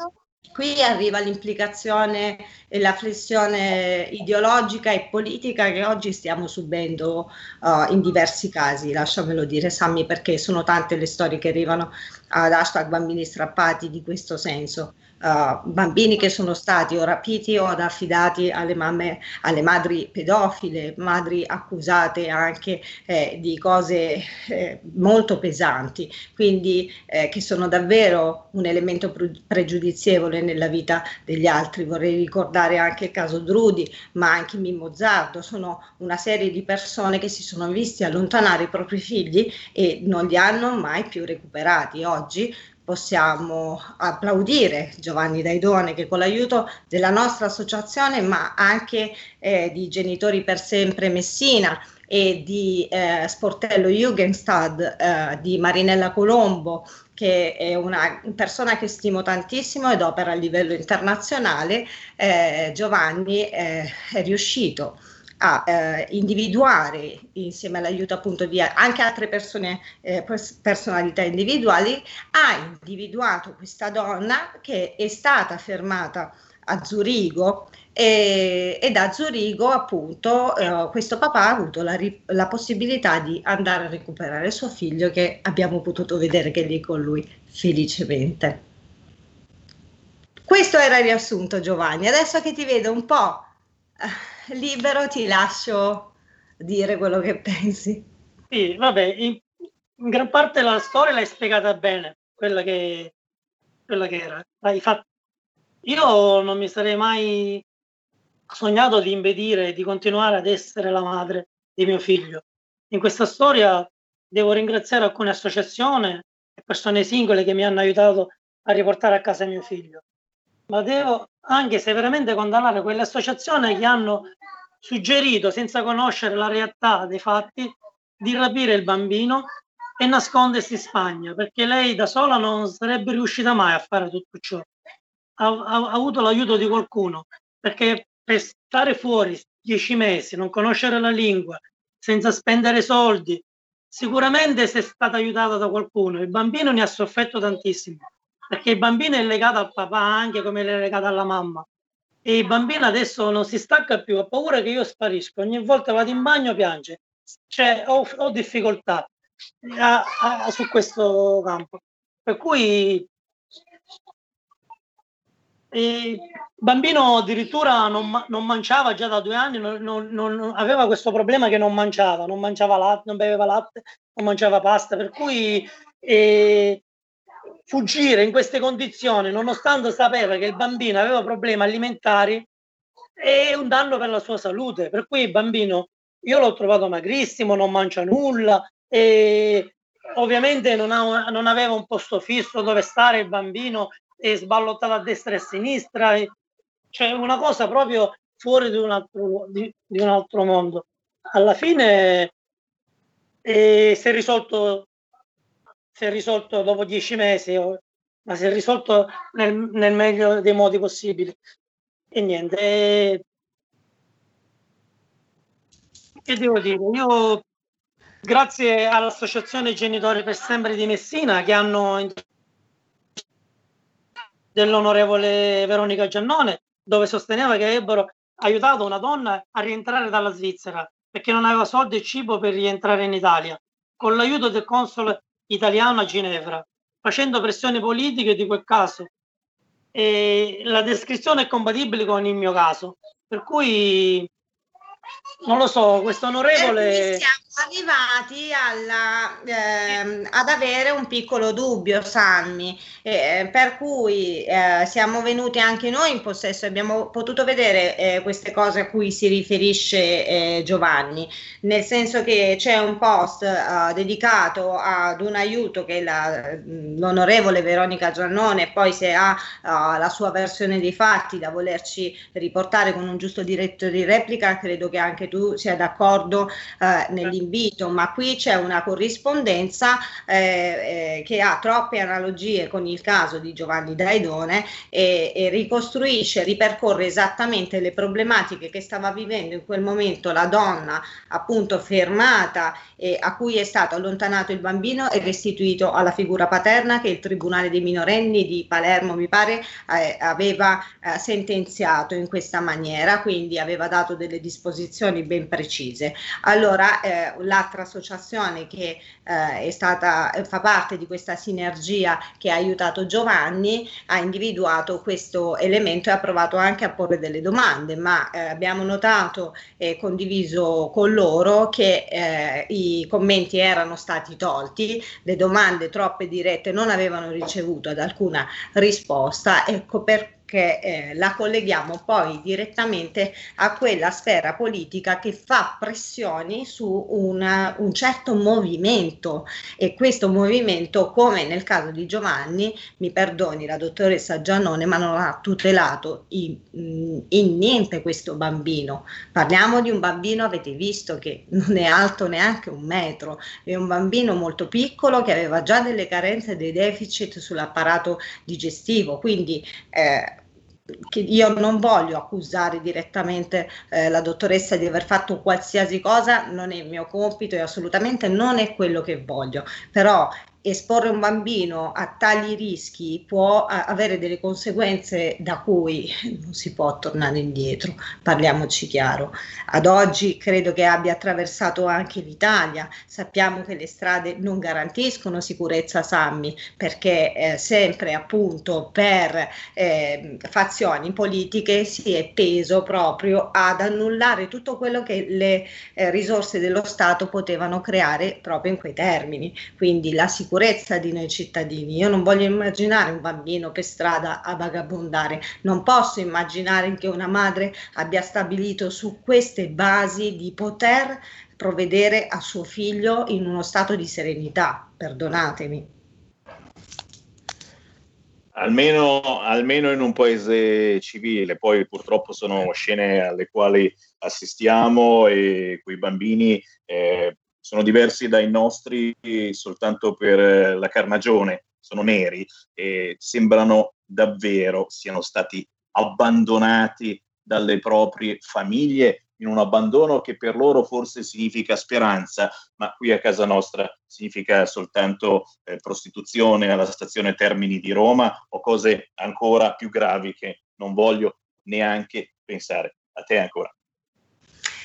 S14: Qui arriva l'implicazione e la flessione ideologica e politica che oggi stiamo subendo uh, in diversi casi, lasciamelo dire Sammy, perché sono tante le storie che arrivano ad hashtag bambini strappati di questo senso. Uh, bambini che sono stati o rapiti o affidati alle mamme, alle madri pedofile, madri accusate anche eh, di cose eh, molto pesanti, quindi eh, che sono davvero un elemento pre- pregiudizievole nella vita degli altri. Vorrei ricordare anche il caso Drudi, ma anche Mimmo Zardo. Sono una serie di persone che si sono visti allontanare i propri figli e non li hanno mai più recuperati. Oggi possiamo applaudire Giovanni Daidone che con l'aiuto della nostra associazione, ma anche eh, di Genitori per Sempre Messina e di eh, Sportello Jugendstad eh, di Marinella Colombo, che è una persona che stimo tantissimo ed opera a livello internazionale, eh, Giovanni eh, è riuscito a eh, individuare, insieme all'aiuto appunto di anche altre persone, eh, personalità individuali, ha individuato questa donna che è stata fermata a Zurigo e, e da Zurigo appunto eh, questo papà ha avuto la, la possibilità di andare a recuperare suo figlio, che abbiamo potuto vedere che è lì con lui felicemente. Questo era il riassunto, Giovanni. Adesso che ti vedo un po' libero ti lascio dire quello che pensi.
S20: Sì, vabbè, in, in gran parte la storia l'hai spiegata bene, quella che, quella che era. L'hai fatto. Io non mi sarei mai sognato di impedire di continuare ad essere la madre di mio figlio. In questa storia devo ringraziare alcune associazioni e persone singole che mi hanno aiutato a riportare a casa mio figlio. Ma devo anche severamente condannare quelle associazioni che hanno suggerito, senza conoscere la realtà dei fatti, di rapire il bambino e nascondersi in Spagna, perché lei da sola non sarebbe riuscita mai a fare tutto ciò. Ha, ha, ha avuto l'aiuto di qualcuno, perché per stare fuori dieci mesi, non conoscere la lingua, senza spendere soldi, sicuramente si è stata aiutata da qualcuno. Il bambino ne ha sofferto tantissimo, perché il bambino è legato al papà anche come è legato alla mamma, e il bambino adesso non si stacca più, ha paura che io sparisco, ogni volta vado in bagno piange, cioè ho, ho difficoltà, a, a, su questo campo. Per cui il bambino addirittura non, non mangiava già da due anni, non, non, non aveva questo problema che non mangiava, non mangiava latte, non beveva latte, non mangiava pasta, per cui eh, fuggire in queste condizioni, nonostante sapeva che il bambino aveva problemi alimentari, è un danno per la sua salute. Per cui il bambino, io l'ho trovato magrissimo, non mangia nulla, e ovviamente non, ha, non aveva un posto fisso dove stare il bambino, è sballottato a destra e a sinistra, cioè una cosa proprio fuori di un altro, di, di un altro mondo. Alla fine eh, si è risolto si è risolto dopo dieci mesi, ma si è risolto nel, nel meglio dei modi possibili. E niente, e, che devo dire, io grazie all'Associazione Genitori per Sempre di Messina, che hanno dell'onorevole Veronica Giannone, dove sosteneva che avrebbero aiutato una donna a rientrare dalla Svizzera perché non aveva soldi e cibo per rientrare in Italia, con l'aiuto del console italiano a Ginevra, facendo pressioni politiche di quel caso. E la descrizione è compatibile con il mio caso, per cui non lo so, questo onorevole...
S14: Siamo arrivati alla, ehm, ad avere un piccolo dubbio, Sammy, eh, per cui eh, siamo venuti anche noi in possesso, abbiamo potuto vedere eh, queste cose a cui si riferisce eh, Giovanni, nel senso che c'è un post eh, dedicato ad un aiuto che la, l'onorevole Veronica Giannone, poi se ha uh, la sua versione dei fatti da volerci riportare con un giusto diritto di replica, credo che anche tu sia d'accordo eh, nell'invito, ma qui c'è una corrispondenza eh, eh, che ha troppe analogie con il caso di Giovanni Daidone e, e ricostruisce, ripercorre esattamente le problematiche che stava vivendo in quel momento la donna appunto fermata e a cui è stato allontanato il bambino e restituito alla figura paterna che il Tribunale dei minorenni di Palermo, mi pare, eh, aveva eh, sentenziato in questa maniera, quindi aveva dato delle disposizioni ben precise. Allora eh, l'altra associazione che eh, è stata, fa parte di questa sinergia che ha aiutato Giovanni ha individuato questo elemento e ha provato anche a porre delle domande, ma eh, abbiamo notato e condiviso con loro che eh, i commenti erano stati tolti, le domande troppe dirette non avevano ricevuto ad alcuna risposta, ecco perché che eh, la colleghiamo poi direttamente a quella sfera politica che fa pressioni su una, un certo movimento, e questo movimento, come nel caso di Giovanni, mi perdoni la dottoressa Giannone, ma non ha tutelato in, in niente questo bambino. Parliamo di un bambino, avete visto, che non è alto neanche un metro, è un bambino molto piccolo che aveva già delle carenze e dei deficit sull'apparato digestivo, quindi eh, che io non voglio accusare direttamente eh, la dottoressa di aver fatto qualsiasi cosa, non è il mio compito e assolutamente non è quello che voglio, però esporre un bambino a tali rischi può a, avere delle conseguenze da cui non si può tornare indietro, parliamoci chiaro. Ad oggi credo che abbia attraversato anche l'Italia, sappiamo che le strade non garantiscono sicurezza, Sammy, perché eh, sempre appunto per eh, fazioni politiche si è teso proprio ad annullare tutto quello che le eh, risorse dello Stato potevano creare proprio in quei termini, quindi la sicurezza di noi cittadini. Io non voglio immaginare un bambino per strada a vagabondare, non posso immaginare che una madre abbia stabilito su queste basi di poter provvedere a suo figlio in uno stato di serenità, perdonatemi.
S4: Almeno, almeno in un paese civile, poi purtroppo sono scene alle quali assistiamo e quei bambini eh, sono diversi dai nostri soltanto per la carnagione, sono neri e sembrano davvero siano stati abbandonati dalle proprie famiglie, in un abbandono che per loro forse significa speranza, ma qui a casa nostra significa soltanto eh, prostituzione alla stazione Termini di Roma o cose ancora più gravi che non voglio neanche pensare. A te ancora.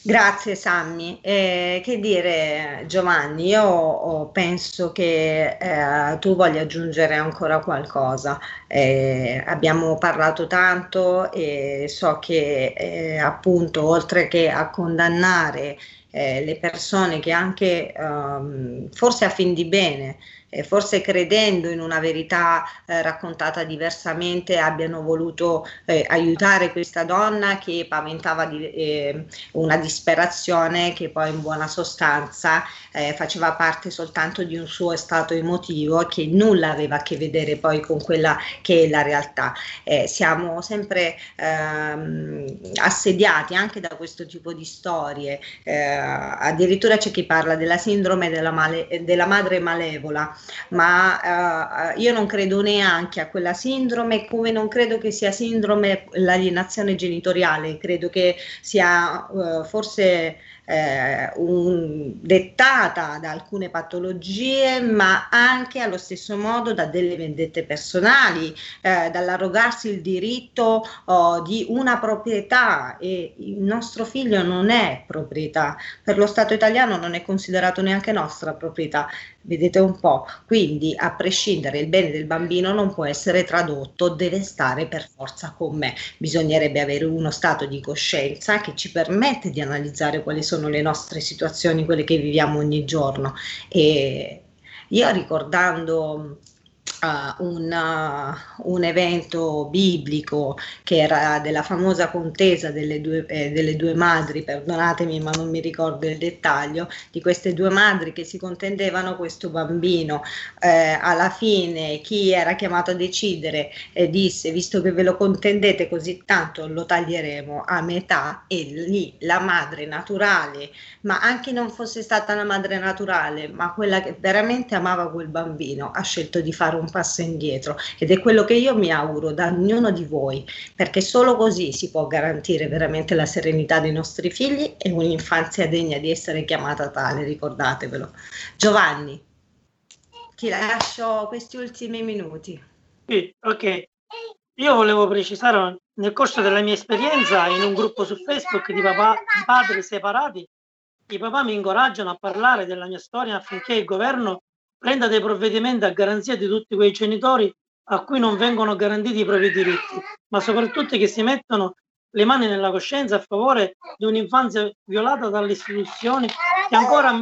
S14: Grazie Sammy. Eh, che dire Giovanni, io oh, penso che eh, tu voglia aggiungere ancora qualcosa. Eh, abbiamo parlato tanto e so che eh, appunto oltre che a condannare eh, le persone che anche ehm, forse a fin di bene, eh, forse credendo in una verità eh, raccontata diversamente, abbiano voluto eh, aiutare questa donna che paventava di, eh, una disperazione che poi in buona sostanza eh, faceva parte soltanto di un suo stato emotivo che nulla aveva a che vedere poi con quella che è la realtà. Eh, siamo sempre ehm, assediati anche da questo tipo di storie, eh, addirittura c'è chi parla della sindrome della, male, della madre malevola, ma eh, io non credo neanche a quella sindrome, come non credo che sia sindrome l'alienazione genitoriale, credo che sia eh, forse eh, un, dettata da alcune patologie, ma anche allo stesso modo da delle vendette personali, eh, dall'arrogarsi il diritto oh, di una proprietà, e il nostro figlio non è proprietà, per lo Stato italiano non è considerato neanche nostra proprietà. Vedete un po', quindi a prescindere il bene del bambino non può essere tradotto, deve stare per forza con me. Bisognerebbe avere uno stato di coscienza che ci permette di analizzare quali sono le nostre situazioni, quelle che viviamo ogni giorno. E io ricordando Uh, un, uh, un evento biblico che era della famosa contesa delle due, eh, delle due madri, perdonatemi ma non mi ricordo il dettaglio, di queste due madri che si contendevano questo bambino. Eh, alla fine chi era chiamato a decidere eh, disse: visto che ve lo contendete così tanto, lo taglieremo a metà, e lì la madre naturale, ma anche non fosse stata la madre naturale, ma quella che veramente amava quel bambino, ha scelto di fare un passo indietro, ed è quello che io mi auguro da ognuno di voi, perché solo così si può garantire veramente la serenità dei nostri figli e un'infanzia degna di essere chiamata tale, ricordatevelo. Giovanni, ti lascio questi ultimi minuti.
S20: Sì, ok. Io volevo precisare, nel corso della mia esperienza in un gruppo su Facebook di papà, di padri separati, i papà mi incoraggiano a parlare della mia storia affinché il governo prenda dei provvedimenti a garanzia di tutti quei genitori a cui non vengono garantiti i propri diritti, ma soprattutto che si mettono le mani nella coscienza a favore di un'infanzia violata dalle istituzioni, che ancora,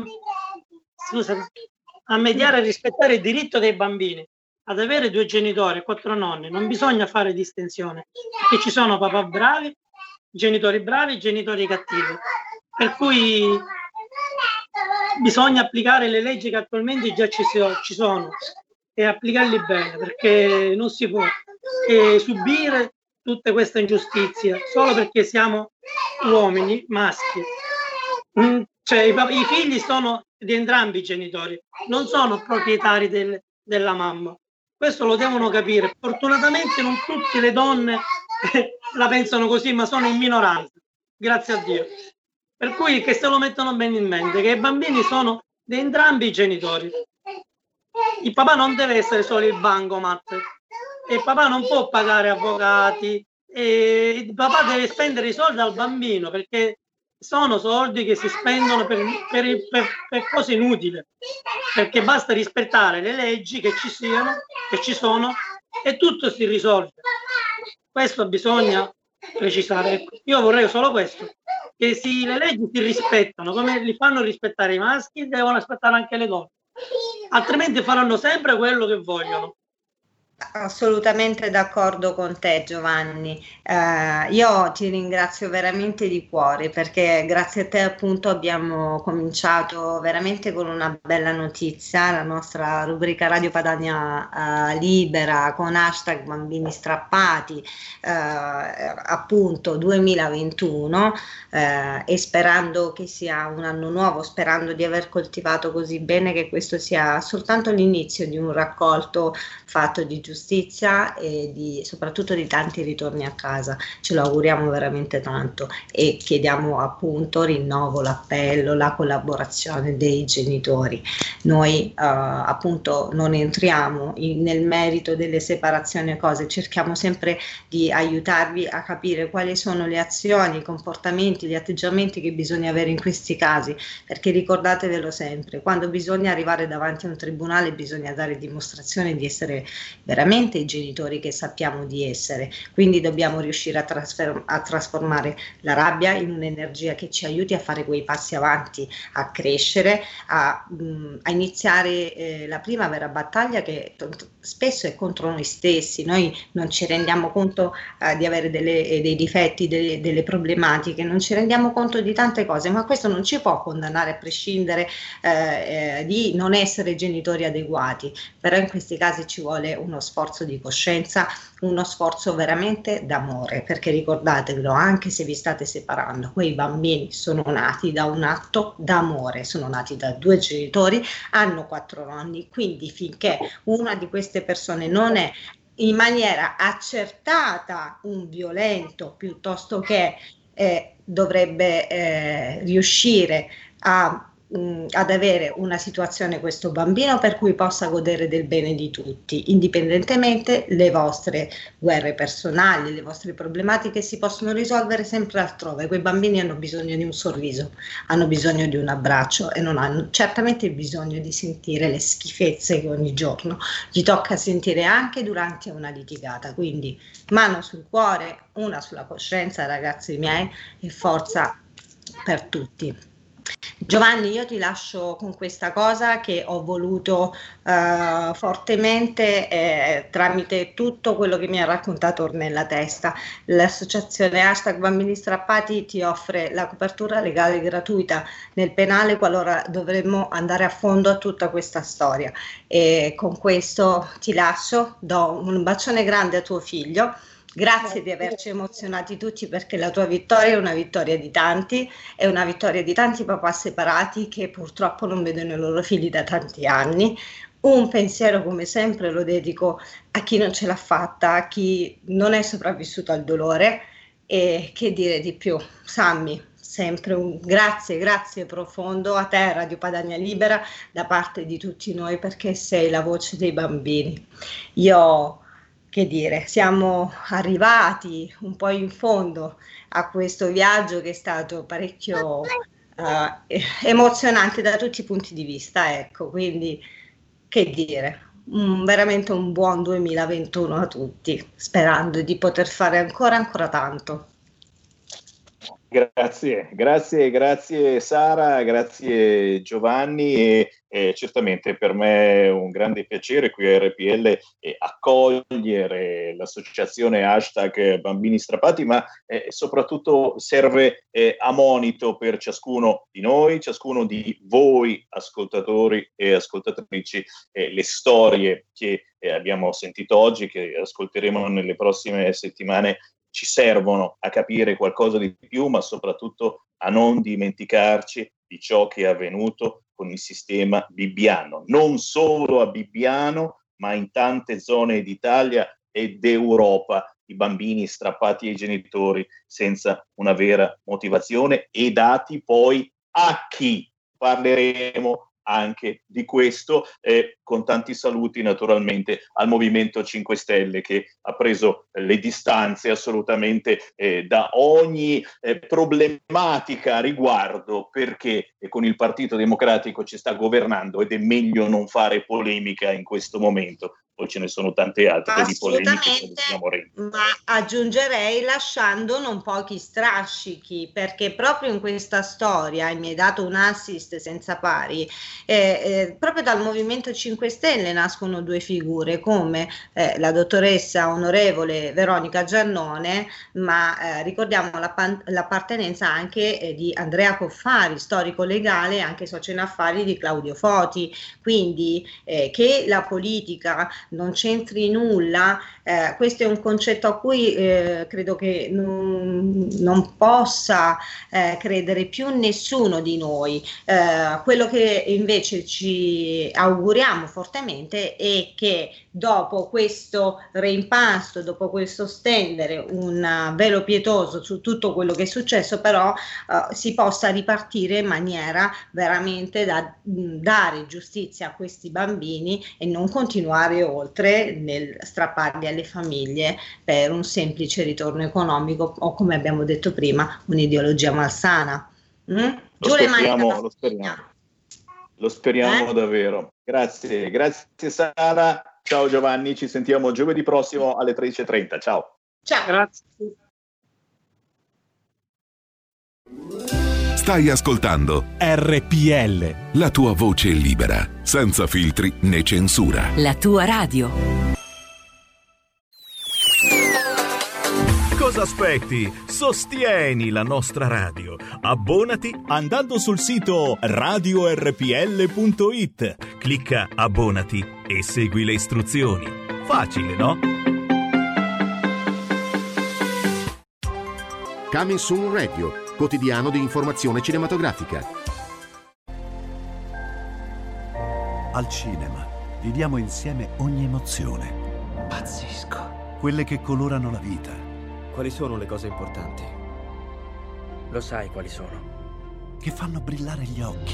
S20: scusa, a mediare e rispettare il diritto dei bambini ad avere due genitori e quattro nonni. Non bisogna fare distinzione, perché ci sono papà bravi, genitori bravi, genitori cattivi, per cui bisogna applicare le leggi che attualmente già ci, ci sono e applicarli bene, perché non si può eh, subire tutta questa ingiustizia solo perché siamo uomini maschi. Mm, cioè, i, i figli sono di entrambi i genitori, non sono proprietari del, della mamma. Questo lo devono capire. Fortunatamente non tutte le donne la pensano così, ma sono in minoranza, grazie a Dio. Per cui che se lo mettono bene in mente, che i bambini sono di entrambi i genitori. Il papà non deve essere solo il bancomat, e il papà non può pagare avvocati, e il papà deve spendere i soldi al bambino, perché sono soldi che si spendono per, per, per, per cose inutili, perché basta rispettare le leggi che ci siano, che ci sono, e tutto si risolve. Questo bisogna precisare. Io vorrei solo questo, che se le leggi si rispettano come li fanno rispettare i maschi, devono rispettare anche le donne, altrimenti faranno sempre quello che vogliono.
S14: Assolutamente d'accordo con te, Giovanni. Eh, io ti ringrazio veramente di cuore, perché grazie a te appunto abbiamo cominciato veramente con una bella notizia, la nostra rubrica Radio Padania eh, Libera con hashtag bambini strappati, eh, appunto duemilaventuno, eh, e sperando che sia un anno nuovo, sperando di aver coltivato così bene che questo sia soltanto l'inizio di un raccolto fatto di giustizia giustizia e di, soprattutto di tanti ritorni a casa. Ce lo auguriamo veramente tanto e chiediamo appunto, rinnovo l'appello, la collaborazione dei genitori. Noi eh, appunto non entriamo in, nel merito delle separazioni e cose, cerchiamo sempre di aiutarvi a capire quali sono le azioni, i comportamenti, gli atteggiamenti che bisogna avere in questi casi, perché ricordatevelo sempre, quando bisogna arrivare davanti a un tribunale bisogna dare dimostrazione di essere veramente i genitori che sappiamo di essere, quindi dobbiamo riuscire a, trasfer- a trasformare la rabbia in un'energia che ci aiuti a fare quei passi avanti, a crescere, a, mh, a iniziare eh, la prima vera battaglia che t- spesso è contro noi stessi. Noi non ci rendiamo conto eh, di avere delle, eh, dei difetti, delle, delle problematiche, non ci rendiamo conto di tante cose, ma questo non ci può condannare a prescindere eh, eh, di non essere genitori adeguati, però in questi casi ci vuole uno sforzo di coscienza, uno sforzo veramente d'amore, perché ricordatevelo, anche se vi state separando, quei bambini sono nati da un atto d'amore, sono nati da due genitori, hanno quattro nonni, quindi finché una di queste persone non è in maniera accertata un violento, piuttosto che eh, dovrebbe eh, riuscire a ad avere una situazione questo bambino per cui possa godere del bene di tutti, indipendentemente le vostre guerre personali, le vostre problematiche si possono risolvere sempre altrove. Quei bambini hanno bisogno di un sorriso, hanno bisogno di un abbraccio e non hanno certamente bisogno di sentire le schifezze che ogni giorno gli tocca sentire anche durante una litigata. Quindi mano sul cuore, una sulla coscienza, ragazzi miei, e forza per tutti. Giovanni, io ti lascio con questa cosa che ho voluto uh, fortemente eh, tramite tutto quello che mi ha raccontato Ornella Testa. L'associazione Hashtag Bambini Strappati ti offre la copertura legale gratuita nel penale qualora dovremmo andare a fondo a tutta questa storia. E con questo ti lascio, do un bacione grande a tuo figlio. Grazie di averci emozionati tutti, perché la tua vittoria è una vittoria di tanti, è una vittoria di tanti papà separati che purtroppo non vedono i loro figli da tanti anni. Un pensiero come sempre lo dedico a chi non ce l'ha fatta, a chi non è sopravvissuto al dolore, e che dire di più. Sammy, sempre un grazie, grazie profondo a te, Radio Padania Libera, da parte di tutti noi, perché sei la voce dei bambini. Io... Che dire, siamo arrivati un po' in fondo a questo viaggio che è stato parecchio uh, emozionante da tutti i punti di vista, ecco, quindi che dire, un, veramente un buon duemilaventuno a tutti, sperando di poter fare ancora ancora tanto.
S4: Grazie, grazie, grazie Sara, grazie Giovanni, e eh, certamente per me è un grande piacere qui a R P L eh, accogliere l'associazione Hashtag Bambini Strappati, ma eh, soprattutto serve eh, a monito per ciascuno di noi, ciascuno di voi ascoltatori e ascoltatrici, eh, le storie che eh, abbiamo sentito oggi, che ascolteremo nelle prossime settimane, ci servono a capire qualcosa di più, ma soprattutto a non dimenticarci di ciò che è avvenuto con il sistema bibbiano, non solo a Bibbiano, ma in tante zone d'Italia e d'Europa, i bambini strappati ai genitori senza una vera motivazione, e dati poi a chi. Parleremo anche di questo, eh, con tanti saluti naturalmente al Movimento cinque Stelle, che ha preso eh, le distanze assolutamente eh, da ogni eh, problematica a riguardo, perché eh, con il Partito Democratico ci sta governando ed è meglio non fare polemica in questo momento. Poi ce ne sono tante altre di polemiche,
S14: ma aggiungerei lasciando non pochi strascichi, perché proprio in questa storia, e mi hai dato un assist senza pari, eh, eh, proprio dal Movimento cinque Stelle nascono due figure come eh, la dottoressa onorevole Veronica Giannone, ma eh, ricordiamo la pan- l'appartenenza anche eh, di Andrea Coffari, storico legale e anche socio in affari di Claudio Foti, quindi eh, che la politica non c'entri nulla, eh, questo è un concetto a cui eh, credo che non, non possa eh, credere più nessuno di noi. Eh, quello che invece ci auguriamo fortemente è che dopo questo reimpasto, dopo questo stendere un velo pietoso su tutto quello che è successo, però eh, si possa ripartire in maniera veramente da mh, dare giustizia a questi bambini e non continuare oltre nel strapparli alle famiglie per un semplice ritorno economico o, come abbiamo detto prima, un'ideologia malsana. Mm?
S4: Lo
S14: Giù le mani
S4: speriamo,
S14: dalla
S4: lo speriamo, lo speriamo
S14: Eh?
S4: davvero. Grazie, grazie Sara. Ciao Giovanni, ci sentiamo giovedì prossimo alle tredici e trenta. Ciao.
S14: Ciao.
S20: Grazie.
S13: Stai ascoltando
S12: R P L,
S13: la tua voce libera, senza filtri né censura.
S11: La tua radio.
S19: Cosa aspetti? Sostieni la nostra radio. Abbonati andando sul sito radio erre pi elle punto it. Clicca abbonati e segui le istruzioni. Facile, no?
S21: Coming Soon Radio, quotidiano di informazione cinematografica.
S22: Al cinema viviamo insieme ogni emozione.
S23: Pazzesco.
S22: Quelle che colorano la vita.
S23: Quali sono le cose importanti? Lo sai quali sono?
S22: Che fanno brillare gli occhi.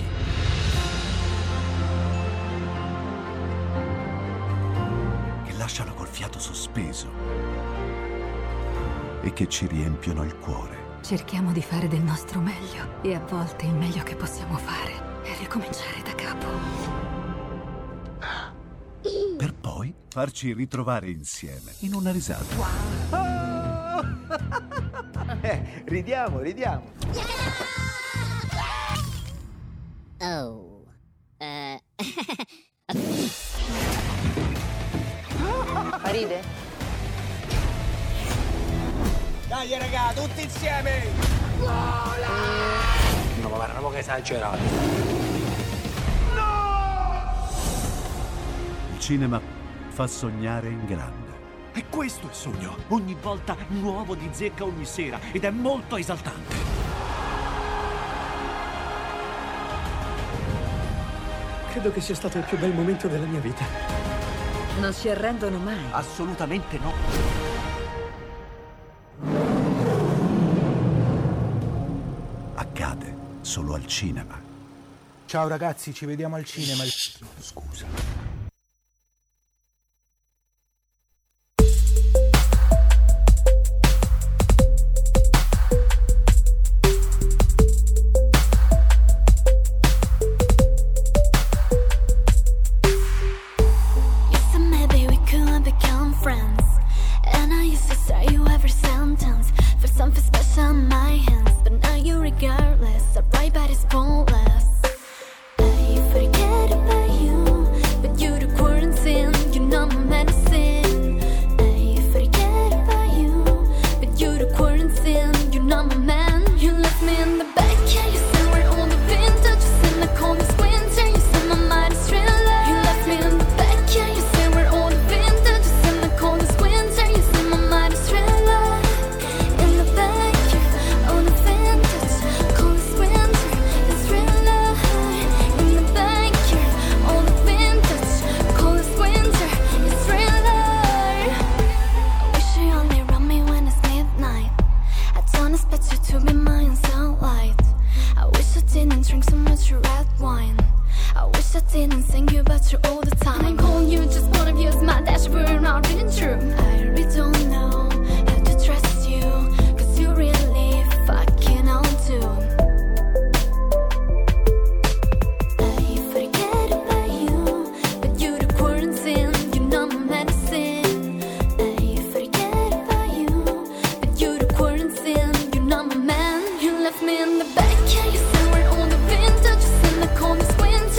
S22: Che lasciano col fiato sospeso. E che ci riempiono il cuore.
S24: Cerchiamo di fare del nostro meglio e a volte il meglio che possiamo fare è ricominciare da capo.
S22: Per poi farci ritrovare insieme in una risata.
S23: Eh, ridiamo, ridiamo.
S25: Oh. Eh.
S26: Ride?
S23: Dai raga, tutti insieme! Vola! No, ma guarda, ma che esagerato.
S22: Il cinema fa sognare in grande.
S27: E questo è il sogno. Ogni volta nuovo di zecca ogni sera ed è molto esaltante. Credo che sia stato il più bel momento della mia vita.
S24: Non si arrendono mai.
S27: Assolutamente no.
S22: Accade solo al cinema.
S28: Ciao ragazzi, ci vediamo al cinema.
S22: Scusa.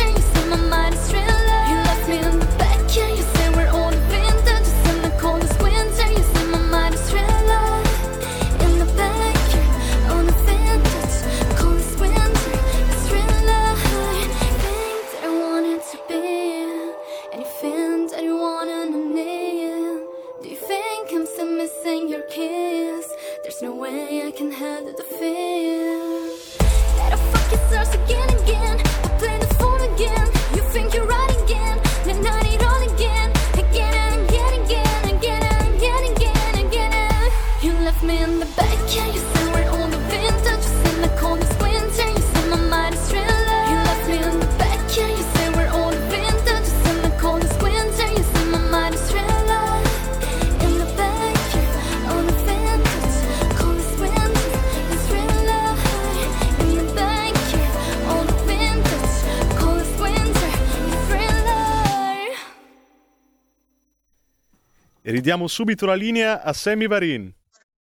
S29: Winter, you said we're all the vintage, you said the coldest winter.
S3: E ridiamo subito la linea a Sammy Varin.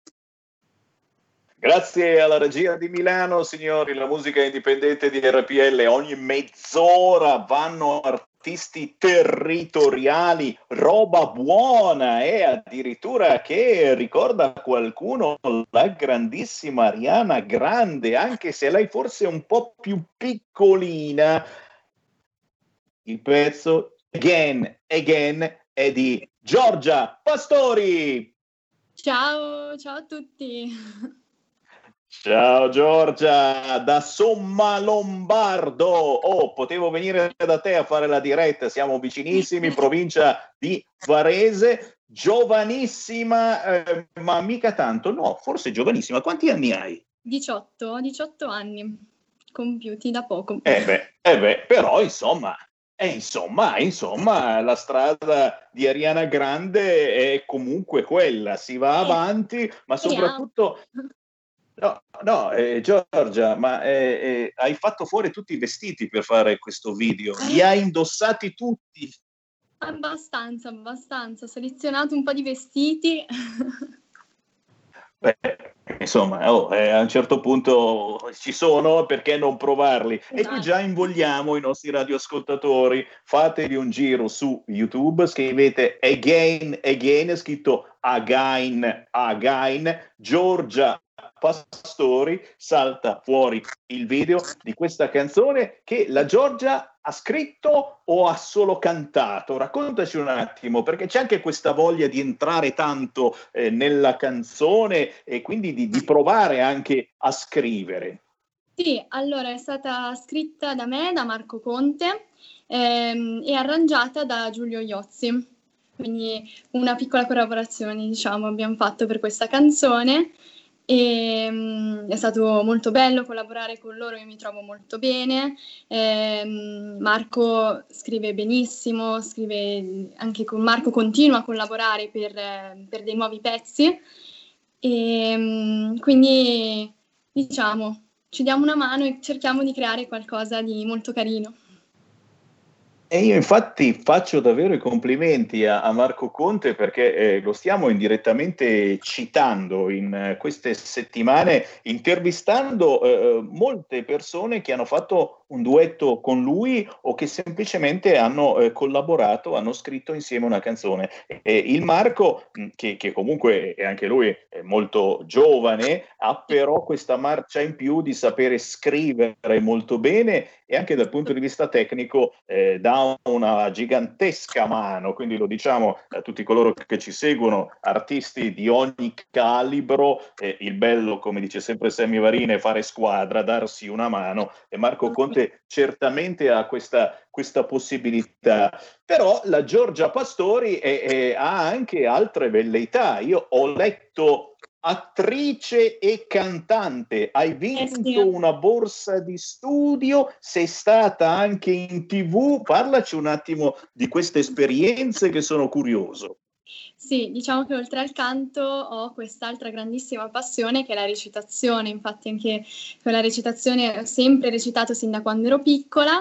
S4: Grazie alla regia di Milano, signori, la musica indipendente di R P L. Ogni mezz'ora vanno artisti territoriali, roba buona, e addirittura che ricorda a qualcuno la grandissima Ariana Grande, anche se lei forse è un po' più piccolina. Il pezzo Again, Again è di Giorgia Pastori.
S1: Ciao, ciao a tutti.
S4: Ciao Giorgia, da Sommalombardo. Oh, potevo venire da te a fare la diretta, siamo vicinissimi, provincia di Varese. Giovanissima, eh, ma mica tanto, no, forse giovanissima. Quanti anni hai?
S1: diciotto, diciotto anni, compiuti da poco.
S4: Eh beh, eh beh, però insomma, eh, insomma, insomma, la strada di Ariana Grande è comunque quella, si va avanti, ma soprattutto... No, no, eh, Giorgia, ma eh, eh, hai fatto fuori tutti i vestiti per fare questo video, li hai indossati tutti?
S1: Abbastanza, abbastanza, ho selezionato un po' di vestiti.
S4: Beh, insomma, oh, eh, a un certo punto ci sono, perché non provarli? Esatto. E qui già invogliamo i nostri radioascoltatori, fatevi un giro su YouTube, scrivete Again, Again, scritto Again, Again, Giorgia Pastori, salta fuori il video di questa canzone che la Giorgia ha scritto o ha solo cantato? Raccontaci un attimo, perché c'è anche questa voglia di entrare tanto eh, nella canzone e quindi di, di provare anche a scrivere.
S1: Sì, allora è stata scritta da me, da Marco Conte, ehm, e arrangiata da Giulio Iozzi, quindi una piccola collaborazione, diciamo, abbiamo fatto per questa canzone. E, um, è stato molto bello collaborare con loro, io mi trovo molto bene. ehm, Marco scrive benissimo, scrive anche con Marco, continua a collaborare per, per dei nuovi pezzi, e um, quindi diciamo ci diamo una mano e cerchiamo di creare qualcosa di molto carino.
S4: E io infatti faccio davvero i complimenti a, a Marco Conte, perché eh, lo stiamo indirettamente citando in eh, queste settimane, intervistando eh, molte persone che hanno fatto un duetto con lui o che semplicemente hanno eh, collaborato, hanno scritto insieme una canzone. E il Marco, che, che comunque è anche lui è molto giovane, ha però questa marcia in più di sapere scrivere molto bene, e anche dal punto di vista tecnico eh, dà una gigantesca mano, quindi lo diciamo a tutti coloro che ci seguono, artisti di ogni calibro, eh, il bello, come dice sempre Sammy Varin, è fare squadra, darsi una mano, e Marco Conte certamente ha questa, questa possibilità. Però la Giorgia Pastori è, è, ha anche altre velleità. Io ho letto attrice e cantante, hai vinto una borsa di studio, sei stata anche in tivù, parlaci un attimo di queste esperienze che sono curioso.
S1: Sì, diciamo che oltre al canto ho quest'altra grandissima passione che è la recitazione, infatti anche con la recitazione ho sempre recitato sin da quando ero piccola,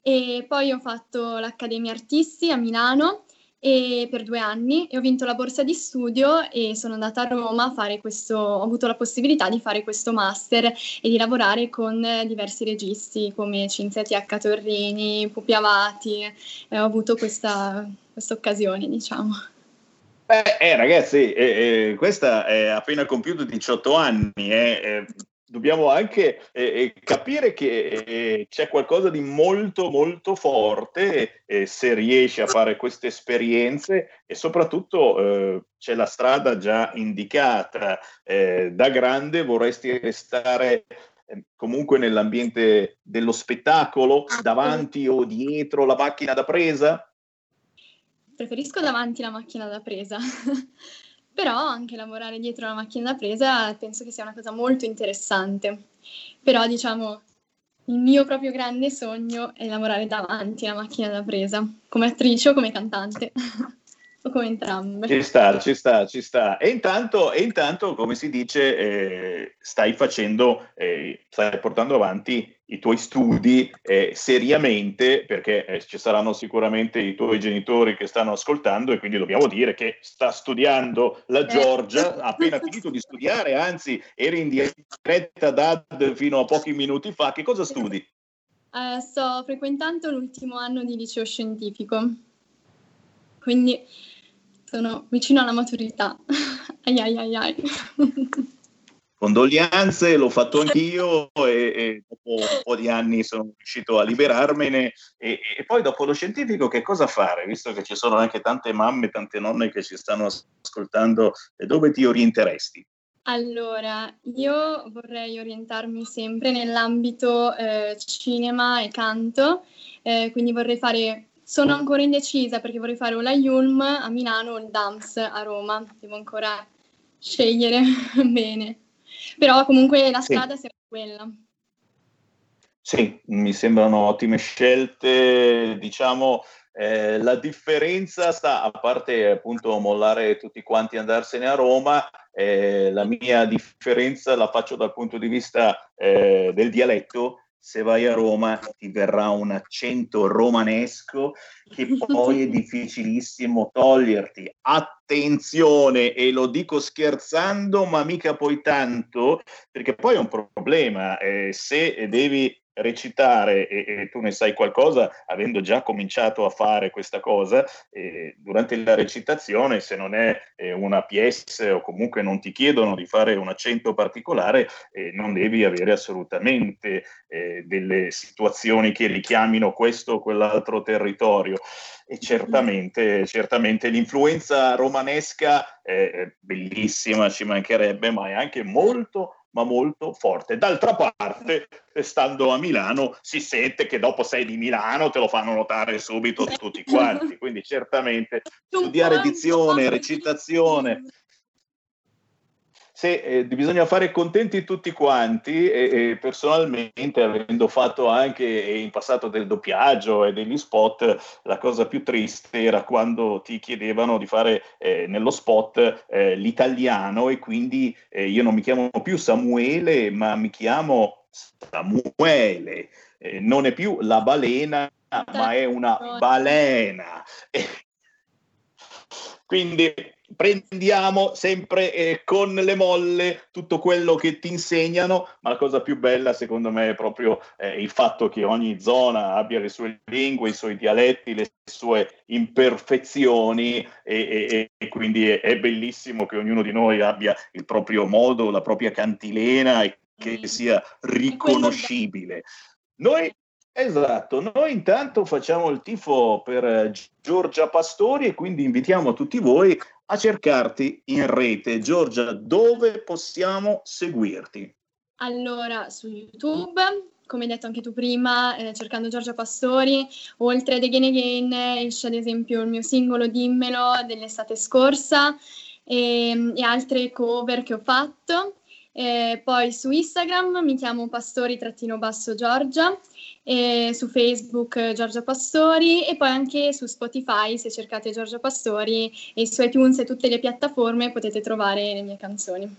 S1: e poi ho fatto l'Accademia Artisti a Milano e per due anni e ho vinto la borsa di studio e sono andata a Roma a fare questo, ho avuto la possibilità di fare questo master e di lavorare con diversi registi come Cinzia T H Torrini, Pupi Avati, e ho avuto questa occasione, diciamo.
S4: Beh, eh, ragazzi, eh, eh, questa è appena compiuto diciotto anni, eh, eh, dobbiamo anche eh, capire che eh, c'è qualcosa di molto molto forte eh, se riesci a fare queste esperienze, e soprattutto eh, c'è la strada già indicata. Eh, da grande vorresti restare eh, comunque nell'ambiente dello spettacolo, davanti o dietro la macchina da presa?
S1: Preferisco davanti la macchina da presa. Però anche lavorare dietro la macchina da presa penso che sia una cosa molto interessante. Però diciamo il mio proprio grande sogno è lavorare davanti alla macchina da presa, come attrice o come cantante. o come entrambe.
S4: Ci sta, ci sta, ci sta. E intanto, e intanto come si dice, eh, stai facendo, eh, stai portando avanti i tuoi studi eh, seriamente, perché eh, ci saranno sicuramente i tuoi genitori che stanno ascoltando e quindi dobbiamo dire che sta studiando la Giorgia, ha appena finito di studiare, anzi eri in diretta D A D fino a pochi minuti fa. Che cosa studi?
S1: Eh, sto frequentando l'ultimo anno di liceo scientifico, quindi sono vicino alla maturità. ai ai ai ai.
S4: Condoglianze, l'ho fatto anch'io e, e dopo un po' di anni sono riuscito a liberarmene e, e poi dopo lo scientifico che cosa fare? Visto che ci sono anche tante mamme, tante nonne che ci stanno ascoltando, dove ti orienteresti?
S1: Allora, io vorrei orientarmi sempre nell'ambito eh, cinema e canto, eh, quindi vorrei fare, sono ancora indecisa perché vorrei fare o la I U L M a Milano o il D A M S a Roma, devo ancora scegliere bene. Però comunque la strada sì. Sarà quella.
S4: Sì, mi sembrano ottime scelte, diciamo, eh, la differenza sta, a parte appunto mollare tutti quanti e andarsene a Roma, eh, la mia differenza la faccio dal punto di vista eh, del dialetto. Se vai a Roma ti verrà un accento romanesco che poi è difficilissimo toglierti. Attenzione, e lo dico scherzando, ma mica poi tanto, perché poi è un problema. Eh, se devi recitare e, e tu ne sai qualcosa, avendo già cominciato a fare questa cosa, eh, durante la recitazione, se non è eh, una pièce o comunque non ti chiedono di fare un accento particolare, eh, non devi avere assolutamente eh, delle situazioni che richiamino questo o quell'altro territorio. E certamente, certamente l'influenza romanesca è bellissima, ci mancherebbe, ma è anche molto ma molto forte. D'altra parte, stando a Milano, si sente che dopo sei di Milano te lo fanno notare subito tutti quanti, quindi certamente studiare dizione, recitazione, se eh, bisogna fare contenti tutti quanti e, e personalmente, avendo fatto anche in passato del doppiaggio e degli spot, la cosa più triste era quando ti chiedevano di fare eh, nello spot eh, l'italiano e quindi eh, io non mi chiamo più Samuele ma mi chiamo Samuele, eh, non è più la balena ma è una balena. Quindi prendiamo sempre eh, con le molle tutto quello che ti insegnano, ma la cosa più bella secondo me è proprio eh, il fatto che ogni zona abbia le sue lingue, i suoi dialetti, le sue imperfezioni e, e, e quindi è, è bellissimo che ognuno di noi abbia il proprio modo, la propria cantilena e che mm. sia riconoscibile. Noi Esatto, noi intanto facciamo il tifo per Giorgia Pastori e quindi invitiamo tutti voi a cercarti in rete. Giorgia, dove possiamo seguirti?
S1: Allora, su YouTube, come hai detto anche tu prima, eh, cercando Giorgia Pastori, oltre ad Again Again esce ad esempio il mio singolo Dimmelo dell'estate scorsa e, e altre cover che ho fatto. Eh, poi su Instagram mi chiamo Pastori-Giorgia, e su Facebook Giorgia Pastori e poi anche su Spotify, se cercate Giorgia Pastori, e su iTunes e tutte le piattaforme potete trovare le mie canzoni.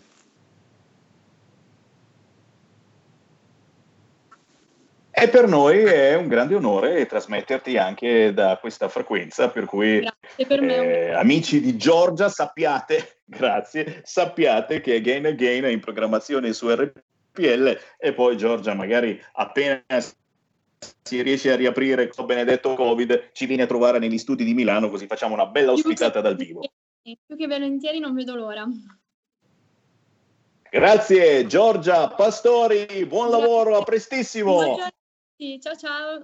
S4: E per noi è un grande onore trasmetterti anche da questa frequenza, per cui
S1: grazie per me.
S4: Eh, amici di Giorgia, sappiate, grazie, sappiate che Again Again è in programmazione su R P L e poi Giorgia magari appena si riesce a riaprire questo benedetto Covid ci viene a trovare negli studi di Milano, così facciamo una bella ospitata dal vivo.
S1: Più che volentieri, non vedo l'ora.
S4: Grazie Giorgia Pastori, buon lavoro, a prestissimo.
S1: Buongiorno. Ciao ciao.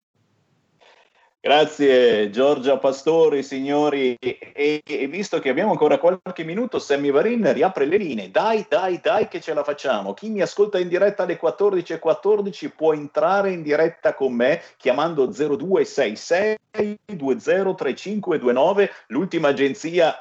S4: Grazie Giorgia Pastori, signori, e, e visto che abbiamo ancora qualche minuto, Sammy Varin riapre le linee. Dai, dai, dai che ce la facciamo. Chi mi ascolta in diretta alle quattordici e quattordici può entrare in diretta con me chiamando zero due sei sei due zero tre cinque due nove, l'ultima agenzia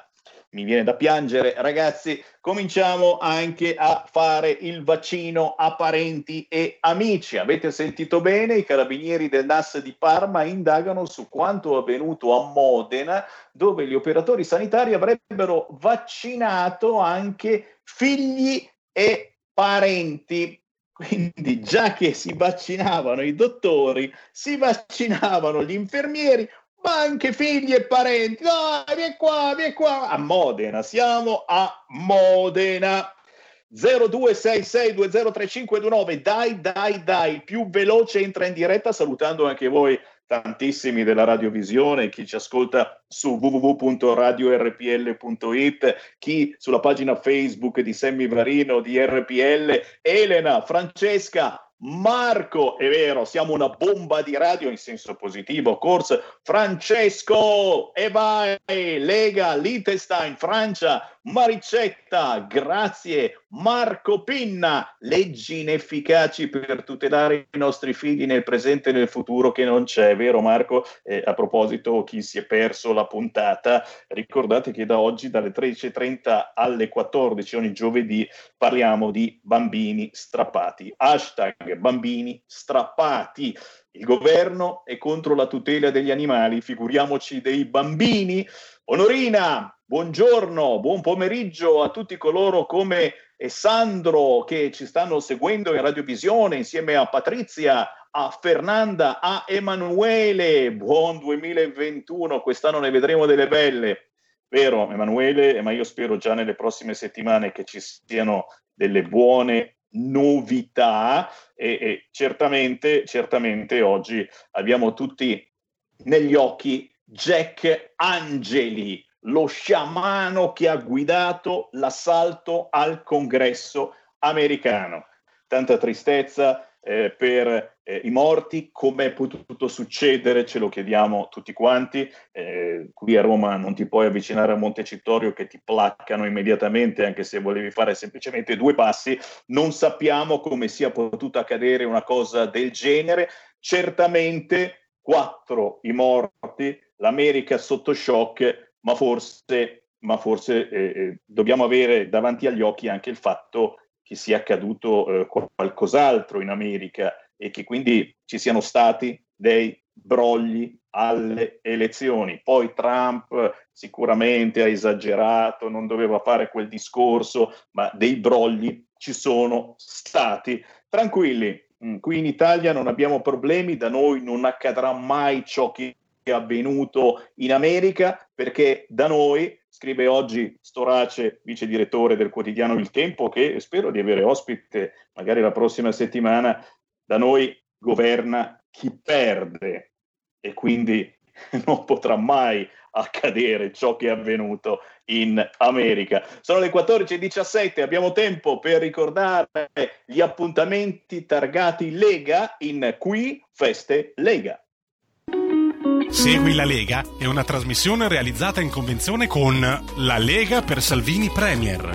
S4: mi viene da piangere, ragazzi, cominciamo anche a fare il vaccino a parenti e amici. Avete sentito bene, i carabinieri del N A S di Parma indagano su quanto avvenuto a Modena, dove gli operatori sanitari avrebbero vaccinato anche figli e parenti. Quindi già che si vaccinavano i dottori, si vaccinavano gli infermieri, ma anche figli e parenti. Dai, vieni qua, vieni qua. A Modena, siamo a Modena. zero due sei sei due zero tre cinque due nove, dai, dai, dai, più veloce entra in diretta, salutando anche voi tantissimi della radiovisione, chi ci ascolta su w w w punto radio r p l punto i t, chi sulla pagina Facebook di Sammy Varin di R P L, Elena, Francesca, Marco, è vero, siamo una bomba di radio in senso positivo, Corse, Francesco, e vai, Lega, Liechtenstein, Francia, Maricetta, grazie, Marco Pinna, leggi inefficaci per tutelare i nostri figli nel presente e nel futuro che non c'è, vero Marco? Eh, a proposito, chi si è perso la puntata, ricordate che da oggi dalle tredici e trenta alle quattordici ogni giovedì parliamo di bambini strappati, hashtag bambini strappati. Il governo è contro la tutela degli animali, figuriamoci dei bambini. Onorina, buongiorno, buon pomeriggio a tutti coloro come Sandro che ci stanno seguendo in radiovisione insieme a Patrizia, a Fernanda, a Emanuele. Buon duemilaventuno, quest'anno ne vedremo delle belle. Vero Emanuele, ma io spero già nelle prossime settimane che ci siano delle buone novità e, e certamente, certamente oggi abbiamo tutti negli occhi Jack Angeli, lo sciamano che ha guidato l'assalto al Congresso americano. Tanta tristezza eh, per eh, i morti, come è potuto succedere, ce lo chiediamo tutti quanti. Eh, qui a Roma non ti puoi avvicinare a Montecitorio che ti placcano immediatamente, anche se volevi fare semplicemente due passi. Non sappiamo come sia potuta accadere una cosa del genere. Certamente quattro i morti, l'America sotto shock, ma forse, ma forse eh, dobbiamo avere davanti agli occhi anche il fatto che sia accaduto eh, qualcos'altro in America e che quindi ci siano stati dei brogli alle elezioni. Poi Trump sicuramente ha esagerato, non doveva fare quel discorso, ma dei brogli ci sono stati. Tranquilli, qui in Italia non abbiamo problemi, da noi non accadrà mai ciò che è avvenuto in America, perché da noi, scrive oggi Storace, vice direttore del quotidiano Il Tempo, che spero di avere ospite magari la prossima settimana, da noi governa chi perde e quindi non potrà mai accadere ciò che è avvenuto in America. Sono le quattordici e diciassette, abbiamo tempo per ricordare gli appuntamenti targati Lega in Qui Feste Lega.
S18: Segui la Lega è una trasmissione realizzata in convenzione con La Lega per Salvini Premier.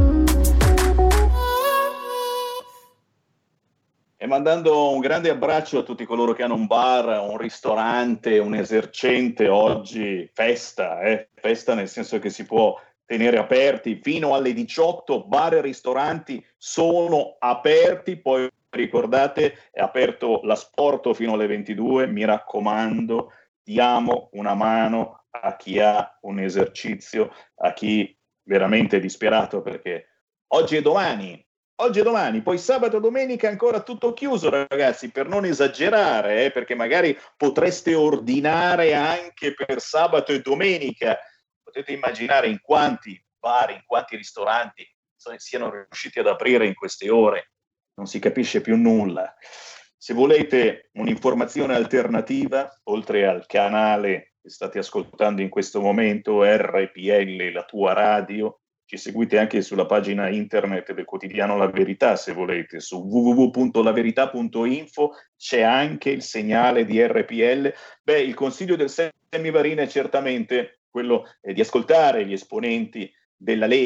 S4: E mandando un grande abbraccio a tutti coloro che hanno un bar, un ristorante, un esercente, oggi festa, eh? Festa nel senso che si può tenere aperti fino alle diciotto, bar e ristoranti sono aperti, poi ricordate è aperto l'asporto fino alle ventidue, mi raccomando, diamo una mano a chi ha un esercizio, a chi veramente è disperato, perché oggi e domani, oggi e domani, poi sabato e domenica ancora tutto chiuso, ragazzi, per non esagerare, eh, perché magari potreste ordinare anche per sabato e domenica. Potete immaginare in quanti bar, in quanti ristoranti siano riusciti ad aprire in queste ore, non si capisce più nulla. Se volete un'informazione alternativa, oltre al canale che state ascoltando in questo momento, R P L, la tua radio, ci seguite anche sulla pagina internet del quotidiano La Verità, se volete, su w w w punto la verità punto info c'è anche il segnale di R P L. Beh, il consiglio del Sammy Varin è certamente quello eh, di ascoltare gli esponenti della Lega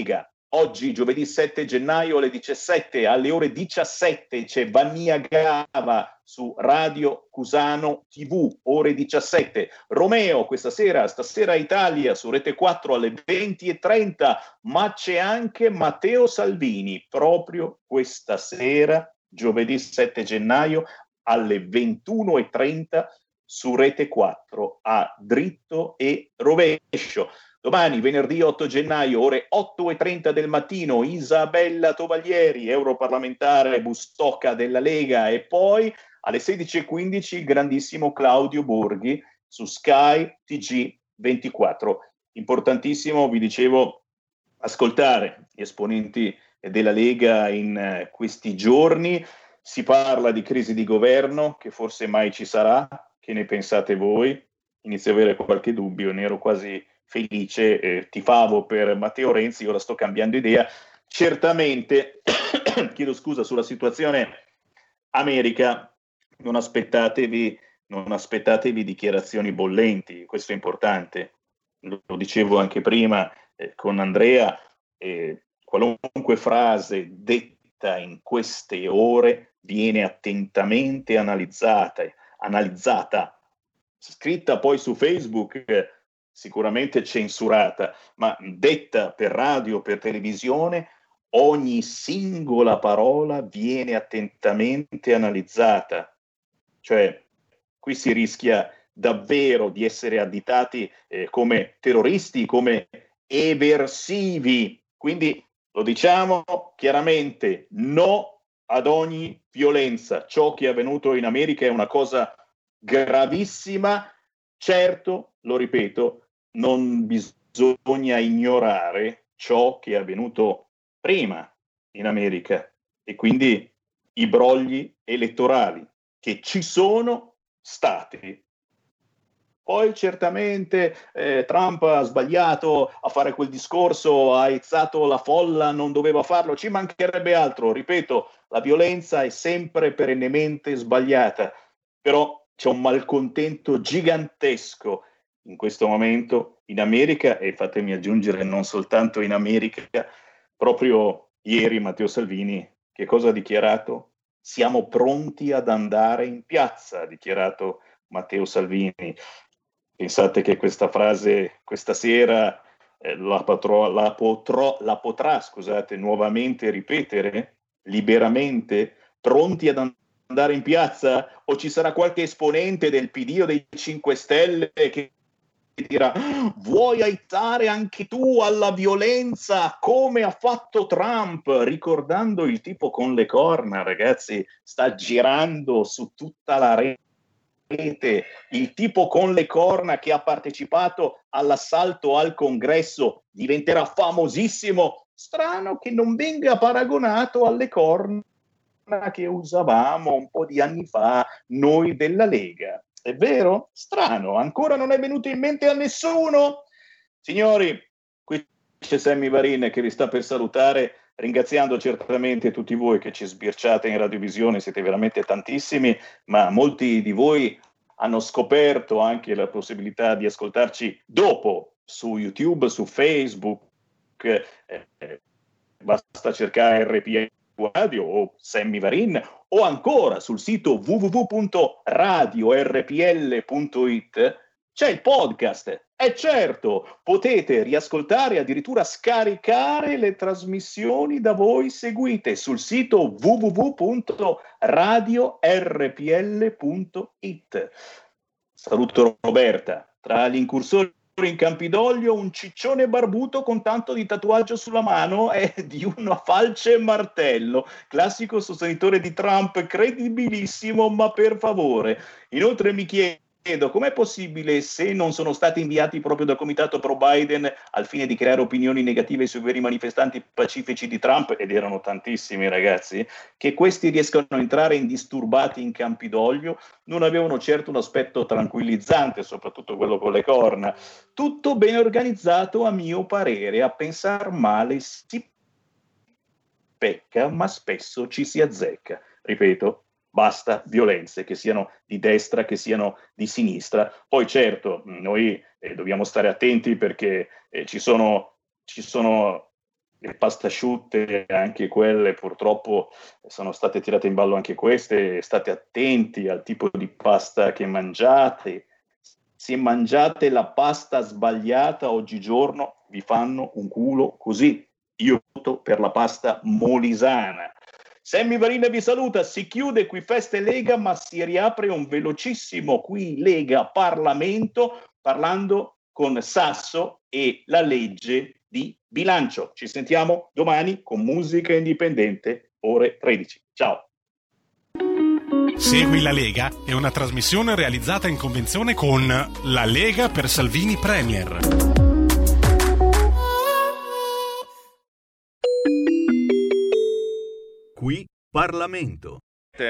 S4: oggi giovedì sette gennaio alle diciassette, alle ore diciassette c'è Vannia Gava su Radio Cusano tivù, ore diciassette. Romeo questa sera, stasera Italia su Rete quattro alle venti e trenta, ma c'è anche Matteo Salvini proprio questa sera, giovedì sette gennaio alle ventuno e trenta su Rete quattro a dritto e rovescio. Domani, venerdì otto gennaio, ore otto e trenta del mattino, Isabella Tovaglieri, europarlamentare Bustocca della Lega, e poi alle sedici e quindici il grandissimo Claudio Borghi su Sky T G ventiquattro. Importantissimo, vi dicevo, ascoltare gli esponenti della Lega in questi giorni. Si parla di crisi di governo, che forse mai ci sarà. Che ne pensate voi? Inizio a avere qualche dubbio, ne ero quasi felice, eh, tifavo per Matteo Renzi, ora sto cambiando idea. Certamente, chiedo scusa, sulla situazione America, non aspettatevi, non aspettatevi dichiarazioni bollenti, questo è importante. Lo, lo dicevo anche prima eh, con Andrea, eh, qualunque frase detta in queste ore viene attentamente analizzata, analizzata, scritta poi su Facebook, eh, sicuramente censurata, ma detta per radio, per televisione, ogni singola parola viene attentamente analizzata. Cioè, qui si rischia davvero di essere additati eh, come terroristi, come eversivi. Quindi lo diciamo chiaramente, no ad ogni violenza. Ciò che è avvenuto in America è una cosa gravissima. Certo, lo ripeto, non bisogna ignorare ciò che è avvenuto prima in America e quindi i brogli elettorali che ci sono stati. Poi certamente eh, Trump ha sbagliato a fare quel discorso, ha aizzato la folla, non doveva farlo, ci mancherebbe altro. Ripeto, la violenza è sempre perennemente sbagliata, però c'è un malcontento gigantesco in questo momento in America, e fatemi aggiungere non soltanto in America. Proprio ieri Matteo Salvini che cosa ha dichiarato? Siamo pronti ad andare in piazza, ha dichiarato Matteo Salvini. Pensate che questa frase questa sera eh, la, potrò, la, potrò, la potrà scusate, nuovamente ripetere liberamente, pronti ad andare in piazza? O ci sarà qualche esponente del P D o dei cinque Stelle che dirà: vuoi aizzare anche tu alla violenza come ha fatto Trump? Ricordando il tipo con le corna, ragazzi, sta girando su tutta la rete. Il tipo con le corna che ha partecipato all'assalto al Congresso diventerà famosissimo. Strano che non venga paragonato alle corna che usavamo un po' di anni fa noi della Lega. È vero? Strano, ancora non è venuto in mente a nessuno? Signori, qui c'è Sammy Varin che vi sta per salutare, ringraziando certamente tutti voi che ci sbirciate in radiovisione, siete veramente tantissimi, ma molti di voi hanno scoperto anche la possibilità di ascoltarci dopo su YouTube, su Facebook, eh, eh, basta cercare R P L Radio o Sammy Varin, o ancora sul sito w w w punto radio r p l punto i t c'è il podcast. E certo, potete riascoltare, addirittura scaricare le trasmissioni da voi seguite sul sito w w w punto radio r p l punto i t. Saluto Roberta. Tra gli incursori in Campidoglio, un ciccione barbuto con tanto di tatuaggio sulla mano è di una falce e martello, classico sostenitore di Trump, credibilissimo, ma per favore. Inoltre mi chiedo com'è possibile, se non sono stati inviati proprio dal comitato pro Biden al fine di creare opinioni negative sui veri manifestanti pacifici di Trump, ed erano tantissimi ragazzi, che questi riescano a entrare indisturbati in Campidoglio. Non avevano certo un aspetto tranquillizzante, soprattutto quello con le corna. Tutto ben organizzato a mio parere, a pensar male si pecca, ma spesso ci si azzecca. Ripeto, basta violenze, che siano di destra, che siano di sinistra. Poi certo, noi eh, dobbiamo stare attenti perché eh, ci sono, ci sono le pasta asciutte, anche quelle purtroppo sono state tirate in ballo anche queste. State attenti al tipo di pasta che mangiate. Se mangiate la pasta sbagliata oggigiorno vi fanno un culo così. Io voto per la pasta molisana. Sammy Varin vi saluta, si chiude qui Feste Lega, ma si riapre un velocissimo qui Lega Parlamento, parlando con Sasso e la legge di bilancio. Ci sentiamo domani con Musica Indipendente, ore tredici. Ciao.
S18: Segui la Lega è una trasmissione realizzata in convenzione con La Lega per Salvini Premier.
S19: Qui Parlamento.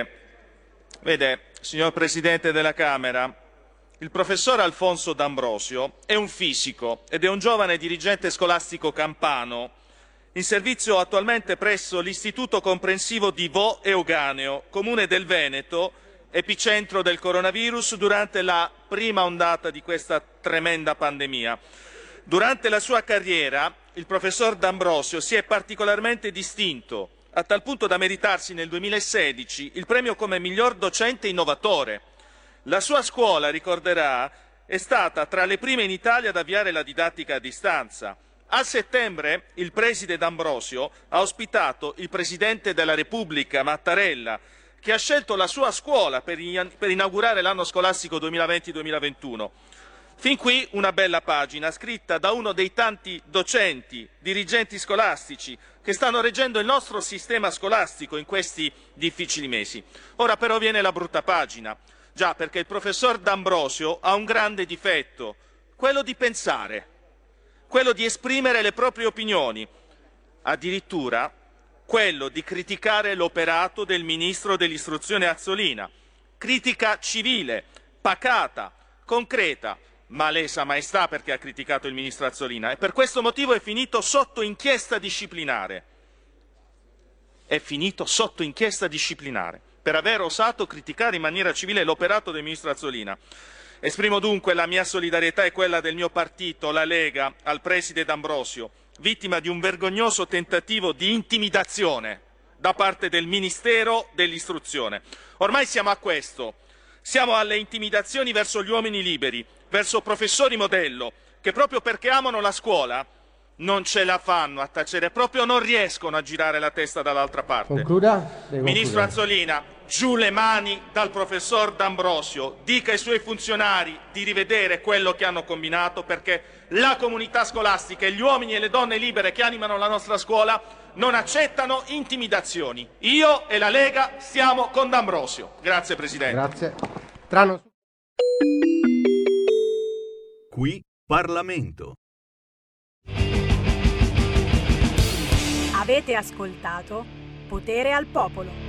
S5: Vede, signor Presidente della Camera, il professor Alfonso D'Ambrosio è un fisico ed è un giovane dirigente scolastico campano in servizio attualmente presso l'Istituto Comprensivo di Vo Euganeo, comune del Veneto, epicentro del coronavirus durante la prima ondata di questa tremenda pandemia. Durante la sua carriera, il professor D'Ambrosio si è particolarmente distinto, a tal punto da meritarsi nel duemilasedici il premio come miglior docente innovatore. La sua scuola, ricorderà, è stata tra le prime in Italia ad avviare la didattica a distanza. A settembre il preside D'Ambrosio ha ospitato il Presidente della Repubblica, Mattarella, che ha scelto la sua scuola per, in- per inaugurare l'anno scolastico duemilaventi duemilaventuno. Fin qui una bella pagina scritta da uno dei tanti docenti, dirigenti scolastici che stanno reggendo il nostro sistema scolastico in questi difficili mesi. Ora però viene la brutta pagina. Già, perché il professor D'Ambrosio ha un grande difetto, quello di pensare, quello di esprimere le proprie opinioni, addirittura quello di criticare l'operato del ministro dell'istruzione Azzolina. Critica civile, pacata, concreta, ma lesa maestà perché ha criticato il ministro Azzolina e per questo motivo è finito sotto inchiesta disciplinare. È finito sotto inchiesta disciplinare per aver osato criticare in maniera civile l'operato del ministro Azzolina. Esprimo dunque la mia solidarietà e quella del mio partito, la Lega, al preside D'Ambrosio, vittima di un vergognoso tentativo di intimidazione da parte del Ministero dell'Istruzione. Ormai siamo a questo, siamo alle intimidazioni verso gli uomini liberi, verso professori modello, che proprio perché amano la scuola non ce la fanno a tacere, proprio non riescono a girare la testa dall'altra parte.
S6: Concluda? Devo
S5: Ministro
S6: concludere.
S5: Azzolina, giù le mani dal professor D'Ambrosio, dica ai suoi funzionari di rivedere quello che hanno combinato, perché la comunità scolastica e gli uomini e le donne libere che animano la nostra scuola non accettano intimidazioni. Io e la Lega stiamo con D'Ambrosio. Grazie Presidente.
S6: Grazie. Trano.
S19: Qui Parlamento.
S7: Avete ascoltato Potere al Popolo.